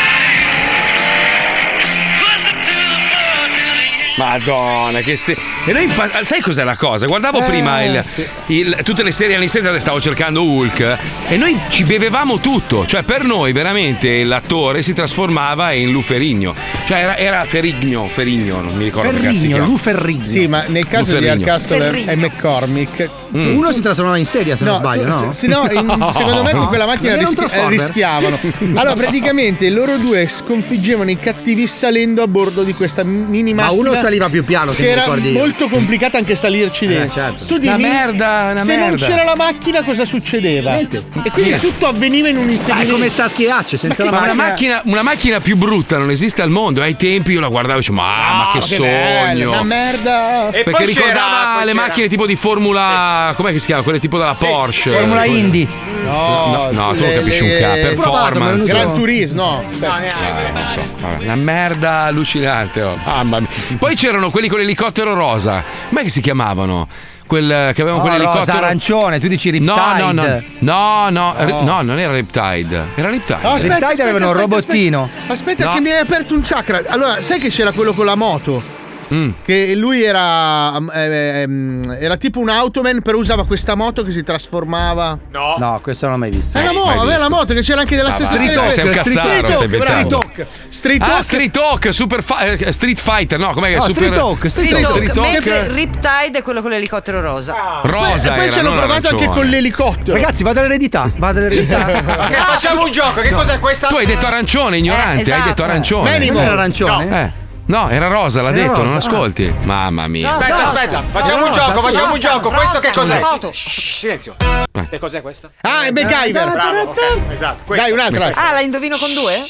Madonna, che e noi sai cos'è la cosa? Guardavo prima tutte le serie anni 70, stavo cercando Hulk e noi ci bevevamo tutto, cioè per noi veramente l'attore si trasformava in Lou Ferrigno, cioè era Ferrigno, non mi ricordo che cazzo si chiama. Lou Ferrigno. Sì, ma nel caso di Hardcastle e McCormick uno si trasformava in sedia, se non sbaglio, no? Secondo me con quella macchina rischiavano. Allora, praticamente loro due sconfiggevano i cattivi salendo a bordo di questa mini macchina. Ma uno saliva più piano, che era molto complicato anche salirci dentro. Certo. Tu dimmi, se non c'era la macchina cosa succedeva? Niente. E quindi tutto avveniva in un inserimento. Come sta a schiacce senza la macchina. Una macchina più brutta non esiste al mondo. Ai tempi io la guardavo e dicevo ma che sogno. Bello, una merda. E perché ricordava le macchine tipo di Formula, com'è che si chiama? Quelle tipo della Porsche. Formula Indy. No, tu non capisci un cazzo. Performance. Gran Turismo. No, non so. Una merda allucinante. Mamma mia. Poi c'erano quelli con l'elicottero rosa. Com'è che si chiamavano? Che avevano quell'elicottero rosa arancione, tu dici Riptide. No, non era Riptide. Era Riptide. No, Riptide avevano un robottino. Aspetta che mi hai aperto un chakra. Allora, sai che c'era quello con la moto? che lui era tipo un automan, però usava questa moto che si trasformava. No, questo non l'ho mai visto. Aveva la moto che c'era anche della stessa serie. Sei un cazzaro, stai pensando. Street Talk. Street Talk, Street Fighter, no, com'è che è Street Talk. Mentre Riptide è quello con l'elicottero rosa. Rosa. E poi ci hanno provato anche con l'elicottero. Ragazzi, vado all'eredità. Ok, facciamo un gioco. Che cos'è questa? Tu hai detto arancione, ignorante. Esatto. Hai detto arancione. Non era arancione? No, era rosa, l'ha detto, non ascolti. Mamma mia. Aspetta, facciamo un gioco. Questo che cos'è? Silenzio. Che cos'è questa? È MacGyver. Bravo, okay, esatto. Questa. Dai, un'altra. La indovino con 2?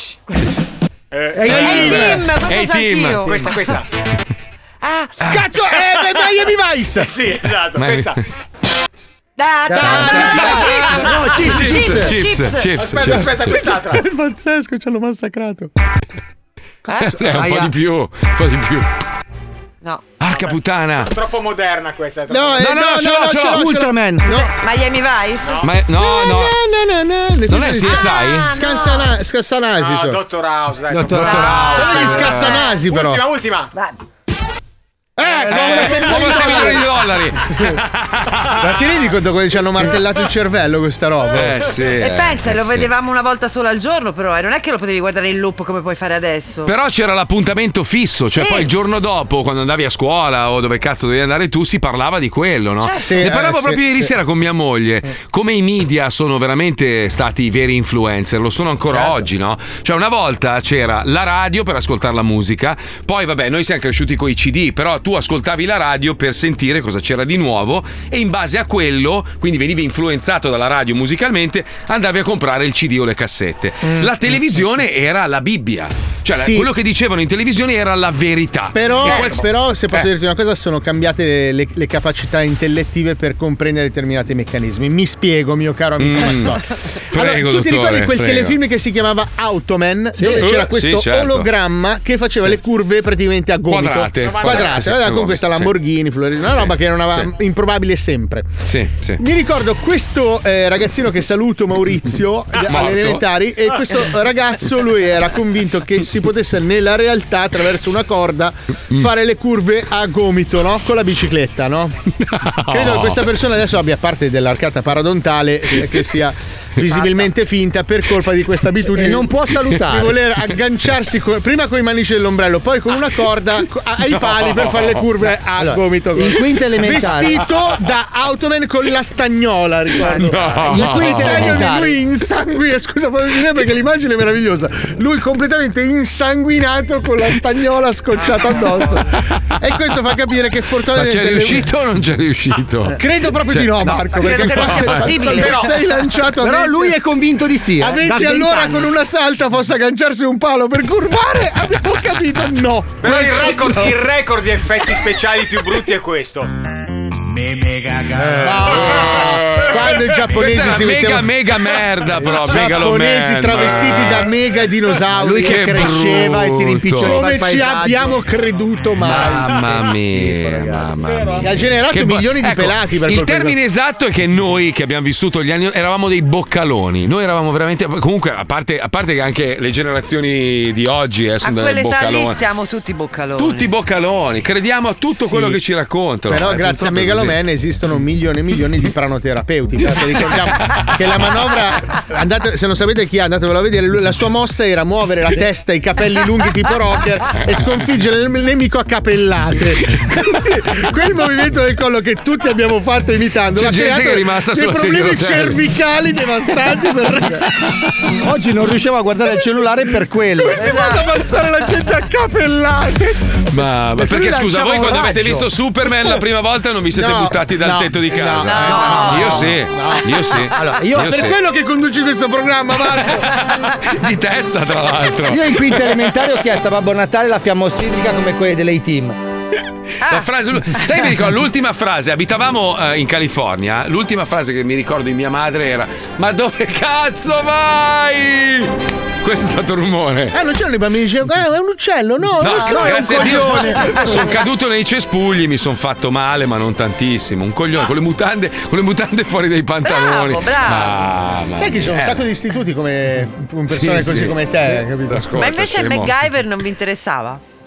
Team. Questa. Cazzo, Miami Vice. Sì, esatto, questa. Chips. Aspetta, quest'altra. È pazzesco, ci hanno massacrato. Un po' di più. No. Arca puttana. Troppo moderna questa. No, ce l'ho. Ultraman. Miami Vice? No. Non è CSI? Scassanasi. No, Dottor House, dai. Dottor House. Sono gli scassanasi, però. Ultima. Come $100. Ma ti rendi conto come ci hanno martellato il cervello questa roba? Sì. E pensa, lo vedevamo una volta sola al giorno, però non è che lo potevi guardare in loop come puoi fare adesso. Però c'era l'appuntamento fisso, cioè poi il giorno dopo, quando andavi a scuola o dove cazzo dovevi andare tu, si parlava di quello, no? Ne parlavo proprio ieri sera con mia moglie. Come i media sono veramente stati i veri influencer, lo sono ancora oggi, no? Cioè una volta c'era la radio per ascoltare la musica, poi vabbè, noi siamo cresciuti con i CD, però tu ascoltavi la radio per sentire cosa c'era di nuovo e in base a quello, quindi venivi influenzato dalla radio musicalmente, andavi a comprare il CD o le cassette. La televisione era la Bibbia, cioè quello che dicevano in televisione era la verità. Però se posso dirti una cosa, sono cambiate le capacità intellettive per comprendere determinati meccanismi. Mi spiego, mio caro amico Mazzoli. Prego, tu ti ricordi quel telefilm che si chiamava Automan, dove c'era questo ologramma che faceva le curve praticamente a gomito quadrate con questa Lamborghini, una roba che non aveva improbabile sempre. Mi ricordo questo ragazzino che saluto, Maurizio, alle elementari, e questo ragazzo, lui era convinto che si potesse nella realtà attraverso una corda fare le curve a gomito, no? Con la bicicletta, no? Credo che questa persona adesso abbia parte dell'arcata paradontale che sia visibilmente finta per colpa di questa abitudine. E non può salutare. Di voler agganciarsi prima con i manici dell'ombrello, poi con una corda ai pali per fare le curve a gomito. In quinta elementare. Vestito da Automan con la stagnola, ricordo. In quinta elementare. Lui insanguinato, scusa, perché l'immagine è meravigliosa. Lui completamente insanguinato con la stagnola scocciata addosso. E questo fa capire che fortunatamente. Ma c'è riuscito o non c'è riuscito? Credo proprio di no, Marco. Credo che non sia possibile. Però sei lanciato. Però lui è convinto di sì. A 20 all'ora con una salta fosse agganciarsi un palo per curvare, abbiamo capito no. Però il record di effetti speciali più brutti è questo. Quando i giapponesi si mettevano mega merda proprio. Giapponesi travestiti da mega dinosauri. Lui che cresceva e si rimpiccioliva. Come ci abbiamo creduto mai. Mamma mia. Ha generato milioni di pelati per il termine esatto è che noi che abbiamo vissuto gli anni eravamo dei boccaloni. Noi eravamo veramente, comunque a parte che anche le generazioni di oggi sono delle boccaloni. A quell'età lì siamo tutti boccaloni. Tutti boccaloni, crediamo a tutto quello che ci raccontano. Però grazie a Megaloman esistono milioni e milioni di pranoterapeuti. Ricordiamo che la manovra, se non sapete chi è, andatevelo a vedere, la sua mossa era muovere la testa e i capelli lunghi tipo rocker e sconfiggere il nemico a capellate. Quel movimento del collo che tutti abbiamo fatto imitando, c'è gente che è rimasta dei problemi cervicali devastanti oggi non riuscivo a guardare il cellulare per quello. Come si può avanzare la gente a capellate? Ma perché scusa, voi quando avete visto Superman la prima volta non vi siete buttati dal tetto di casa? Io sì. Allora, per quello che conduci questo programma, Marco. Di testa, tra l'altro. Io in quinta elementare ho chiesto a Babbo Natale la fiamma ossidrica come quelle dell'A-Team. La frase, sai, mi ricordo l'ultima frase, abitavamo in California, l'ultima frase che mi ricordo di mia madre era: ma dove cazzo vai? Questo è stato il rumore. Non c'erano i bambini, dicevano è un uccello, no grazie a Dio sono caduto nei cespugli, mi sono fatto male, ma non tantissimo. Un coglione con le mutande fuori dai pantaloni. Bravo. Sai che ci sono un sacco di istituti come persone così come te, capito? Ma invece MacGyver non vi interessava?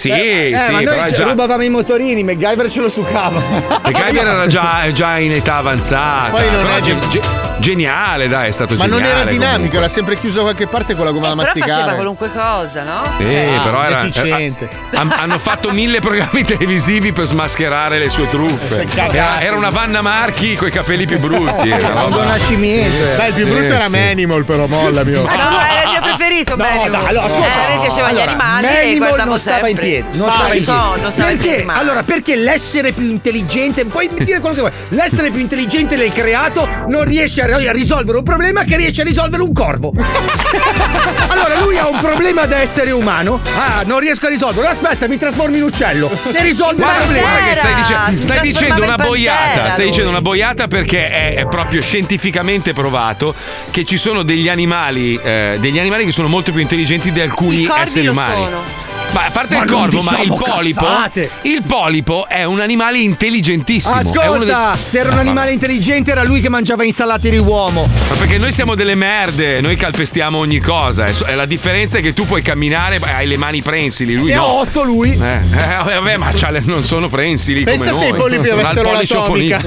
Sì, ma noi rubavamo i motorini, MacGyver ce lo sucava. MacGyver era già in età avanzata. Poi non è geniale, dai, è stato geniale. Ma non era dinamico, era sempre chiuso da qualche parte con la gomma da masticare. Però faceva qualunque cosa, no? Però era efficiente. Hanno fatto 1000 programmi televisivi per smascherare le sue truffe. Era una Vanna Marchi coi capelli più brutti. Quando nascimento. Dai, il più brutto era Manimal, però molla mio. No, era il mio preferito, Manimal. Allora, ascolta, a me piacevano gli animali. Manimal non stava in piedi. Non stava in piedi. Perché? Allora, perché l'essere più intelligente, puoi dire quello che vuoi, l'essere più intelligente del creato non riesce a risolvere un problema che riesce a risolvere un corvo. Allora lui ha un problema da essere umano. Non riesco a risolverlo. Aspetta, mi trasformo in uccello e risolvo il problema. Guarda che stai dicendo una boiata. Stai dicendo una boiata perché è proprio scientificamente provato che ci sono degli animali che sono molto più intelligenti di alcuni esseri umani. Ma a parte il corvo, ma il polipo è un animale intelligentissimo. Ascolta, se era un animale intelligente era lui che mangiava insalate di uomo. Ma perché noi siamo delle merde, noi calpestiamo ogni cosa. La differenza è che tu puoi camminare, hai le mani prensili, lui no. 8 lui. Vabbè, ma non sono prensili. Pensa come se noi. i polipi avessero l'atomica.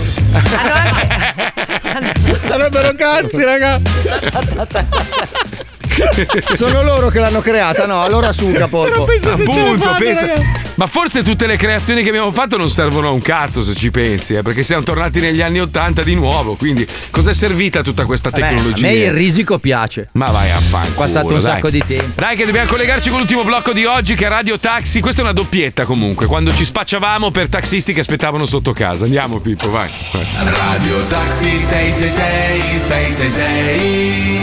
Sarebbero cazzi, raga. Sono loro che l'hanno creata, no? Allora su Capolpo. Appunto, pensa. Ma forse tutte le creazioni che abbiamo fatto non servono a un cazzo se ci pensi, perché siamo tornati negli anni '80 di nuovo. Quindi, cos'è servita tutta questa tecnologia? A me il risico piace. Ma vai a fanculo. Passato un sacco di tempo. Dai, che dobbiamo collegarci con l'ultimo blocco di oggi, che è Radio Taxi. Questa è una doppietta comunque. Quando ci spacciavamo per taxisti che aspettavano sotto casa. Andiamo, Pippo, vai. Radio Taxi 666 666.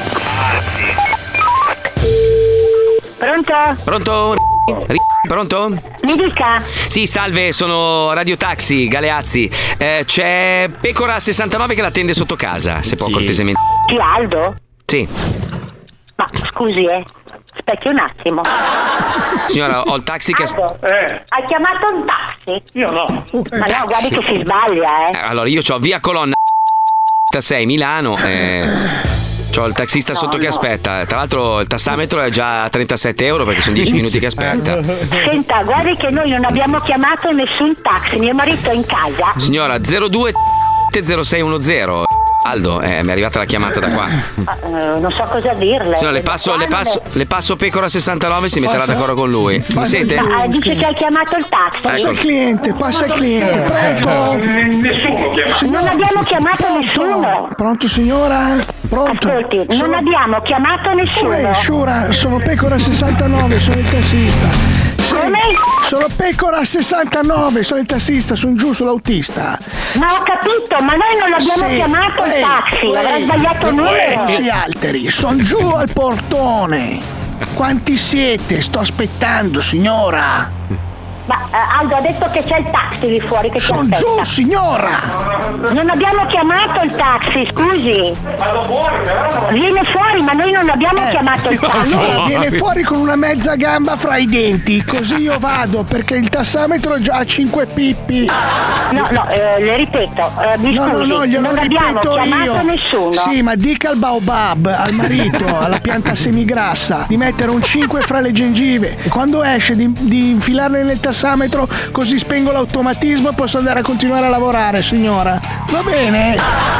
Pronto? Pronto? Mi dica. Sì, salve, sono Radio Taxi, Galeazzi. C'è Pecora 69 che l'attende sotto casa, se può cortesemente. Chi, Aldo? Sì. Ma scusi, aspetti un attimo. Signora, ho il taxi che... Aldo, hai chiamato un taxi? Io no. Ma no, guardi che si sbaglia, Allora, io c'ho via Colonna 6 Milano, c'ho il taxista sotto che aspetta. Tra l'altro il tassametro è già a 37 euro perché sono 10 minuti che aspetta. Senta, guardi che noi non abbiamo chiamato nessun taxi. Mio marito è in casa. Signora, 02 0610. Aldo, mi è arrivata la chiamata da qua. Non so cosa dirle. Signora, le passo Pecora 69, si metterà d'accordo con lui. Mi sente? Dice che hai chiamato il taxi. Passa il cliente, Pronto? Nessuno chiama. Non abbiamo chiamato nessuno. Pronto signora? Pronto? Ascolti, non abbiamo chiamato nessuno. Sciura, sono Pecora 69, sono il tassista. Come? Sono Pecora 69, sono il tassista, sono giù sull'autista. Ma ho capito, ma noi non abbiamo chiamato il taxi, avrà sbagliato il numero. Si alteri, sono giù al portone. Quanti siete? Sto aspettando, signora. Ma Aldo ha detto che c'è il taxi lì fuori che ci aspetta. Sono giù, signora! Non abbiamo chiamato il taxi, scusi. Vado fuori, però. Viene fuori, ma noi non abbiamo chiamato il taxi. Viene fuori con una mezza gamba fra i denti, così io vado, perché il tassametro è già a 5 pippi. No, le ripeto, mi scusi, no, glielo non abbiamo ripeto chiamato io. nessuno. Sì, ma dica al baobab, al marito, alla pianta semigrassa, di mettere un 5 fra le gengive e quando esce di infilarle nel tassametro, così spengo l'automatismo e posso andare a continuare a lavorare, signora. Va bene?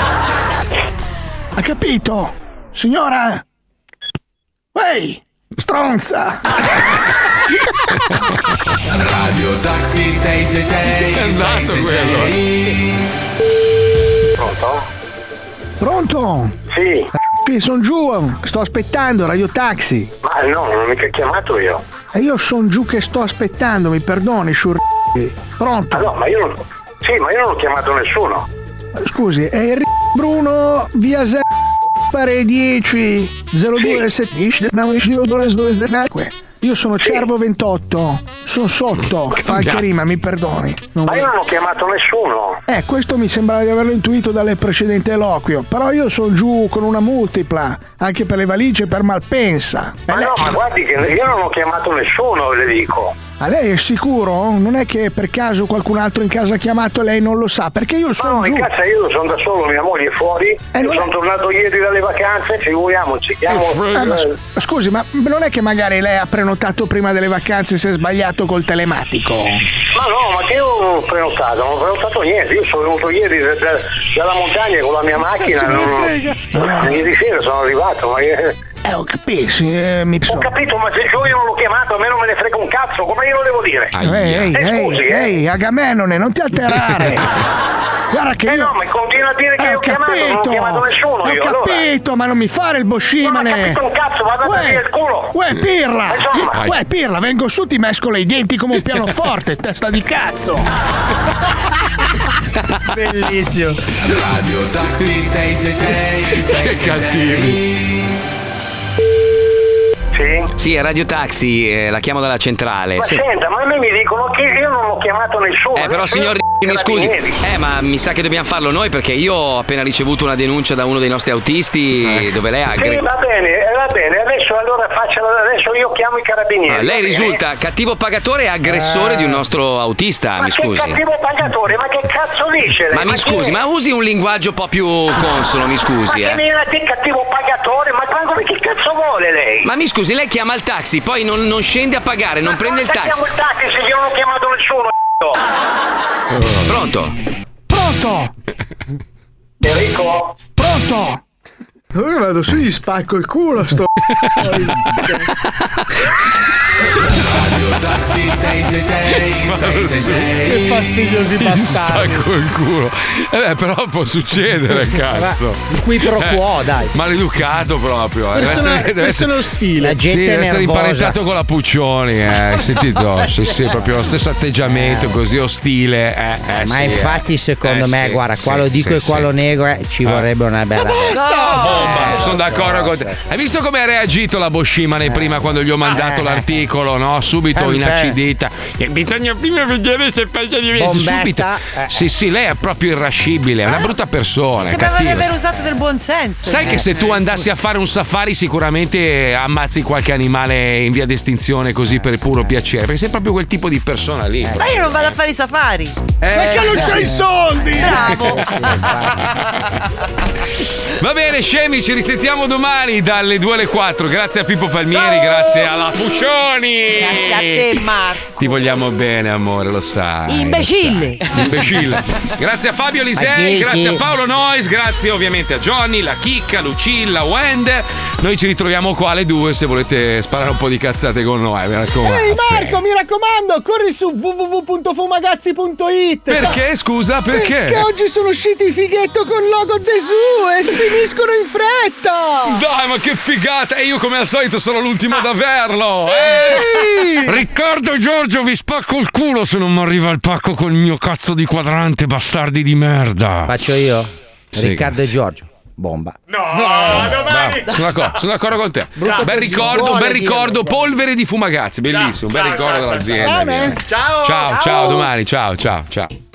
Ha capito? Signora? Ehi, stronza! Radio Taxi 666 666. Pronto? Pronto? Sì. Sì, sono giù, sto aspettando, Radio Taxi. Ma no, non ho mica chiamato io. E io sono giù che sto aspettando, mi perdoni, Pronto? Ah, no, ma io non... Sì, ma io non ho chiamato nessuno. Scusi, è il Bruno, via pare 10 02 7. Io sono Cervo 28, sono sotto, fa anche rima, mi perdoni. Ma io non ho chiamato nessuno. Questo mi sembrava di averlo intuito dalle precedenti eloquio, però io sono giù con una multipla, anche per le valigie per Malpensa. Ma no, ma guardi che io non ho chiamato nessuno, le dico. Ma lei è sicuro? Non è che per caso qualcun altro in casa ha chiamato e lei non lo sa? Perché io sono giù. No, in casa io sono da solo, mia moglie è fuori. Io sono tornato ieri dalle vacanze, figuriamoci. Scusi, ma non è che magari lei ha prenotato prima delle vacanze e si è sbagliato col telematico? Ma no, ma che io non ho prenotato? Non ho prenotato niente. Io sono venuto ieri dalla montagna con la mia macchina. Ieri sera sono arrivato, ma... Ho capito, Ho capito, ma se io non l'ho chiamato, a me non me ne frega un cazzo, come glielo devo dire? Ehi, Agamennone, non ti alterare. Guarda che io... no, ma continua a dire che ho chiamato, non ho chiamato nessuno. Ho capito, ma non mi fare il boscimane. Non ho capito un cazzo, vado a dare il culo. Uè, Pirla, vengo su, ti mescolo i denti come un pianoforte, testa di cazzo. Bellissimo. Radio Taxi 666 Che cattivi. Sì, è Radio Taxi, la chiamo dalla centrale. Ma senta, ma a me mi dicono che io non ho chiamato nessuno. Però signor mi scusi, ma mi sa che dobbiamo farlo noi perché io ho appena ricevuto una denuncia da uno dei nostri autisti dove lei ha Sì, va bene, adesso allora adesso io chiamo i carabinieri. Lei risulta cattivo pagatore e aggressore di un nostro autista, mi scusi. Ma che cattivo pagatore? Ma che cazzo dice lei? Ma mi scusi, ma usi un linguaggio un po' più consono, mi scusi, Ma che viene a te cattivo pagatore? Ma che cazzo vuole lei? Ma mi scusi, lei chiama il taxi, poi non scende a pagare, non prende il taxi. Ma chiamo il taxi se io non ho chiamato nessuno, Pronto? Enrico? Pronto? Io vado su, gli spacco il culo sto. Radio Taxi 666 Che fastidiosi bastardi. Spacco il culo. Però può succedere, cazzo. Qui pro quo, dai. Maleducato proprio. Deve essere ostile. La gente deve essere nervosa. imparentato con la Puccioni, hai sentito? Sì, proprio lo stesso atteggiamento così ostile. Ma infatti secondo me, guarda, qua lo dico e qua lo nego, ci vorrebbe una bella... Sono d'accordo con te. Hai visto come ha reagito la Boscimane prima quando gli ho mandato l'articolo, no? Subito inacidita. Bisogna prima vedere se paglia di mesi. Subito. Sì, lei è proprio irascibile, è una brutta persona. Sembrava di aver usato del buon senso. Sai che se tu andassi a fare un safari sicuramente ammazzi qualche animale in via d'estinzione così per puro piacere, perché sei proprio quel tipo di persona lì. Ma io non vado a fare i safari. Perché non c'hai i soldi? Bravo. Va bene, scemi, ci risentiamo domani dalle 2 alle 4. Grazie a Pippo Palmieri, grazie alla Puccioni. Grazie a te, Marco. Ti vogliamo bene, amore, lo sai. Imbecille. Imbecille. Grazie a Fabio Lisei, grazie a Paolo Nois, grazie ovviamente a Johnny, la Chicca, Lucilla, Wend. Noi ci ritroviamo qua alle 2 se volete sparare un po' di cazzate con noi, mi raccomando. Ehi Marco, mi raccomando, corri su www.fumagazzi.it. Perché? Scusa, perché? Perché oggi sono usciti i fighetto con logo Desù e finiscono in fretta. Dai, ma che figata! E io come al solito sono l'ultimo ad averlo. Sì! Riccardo e Giorgio, vi spacco il culo se non mi arriva il pacco col mio cazzo di quadrante, bastardi di merda. Faccio io? Sì, Riccardo e Giorgio. Bomba. No, domani. Sono d'accordo con te. Bel ricordo, polvere di Fumagazzi, bellissimo, bel ricordo dell'azienda. Ciao, domani, ciao.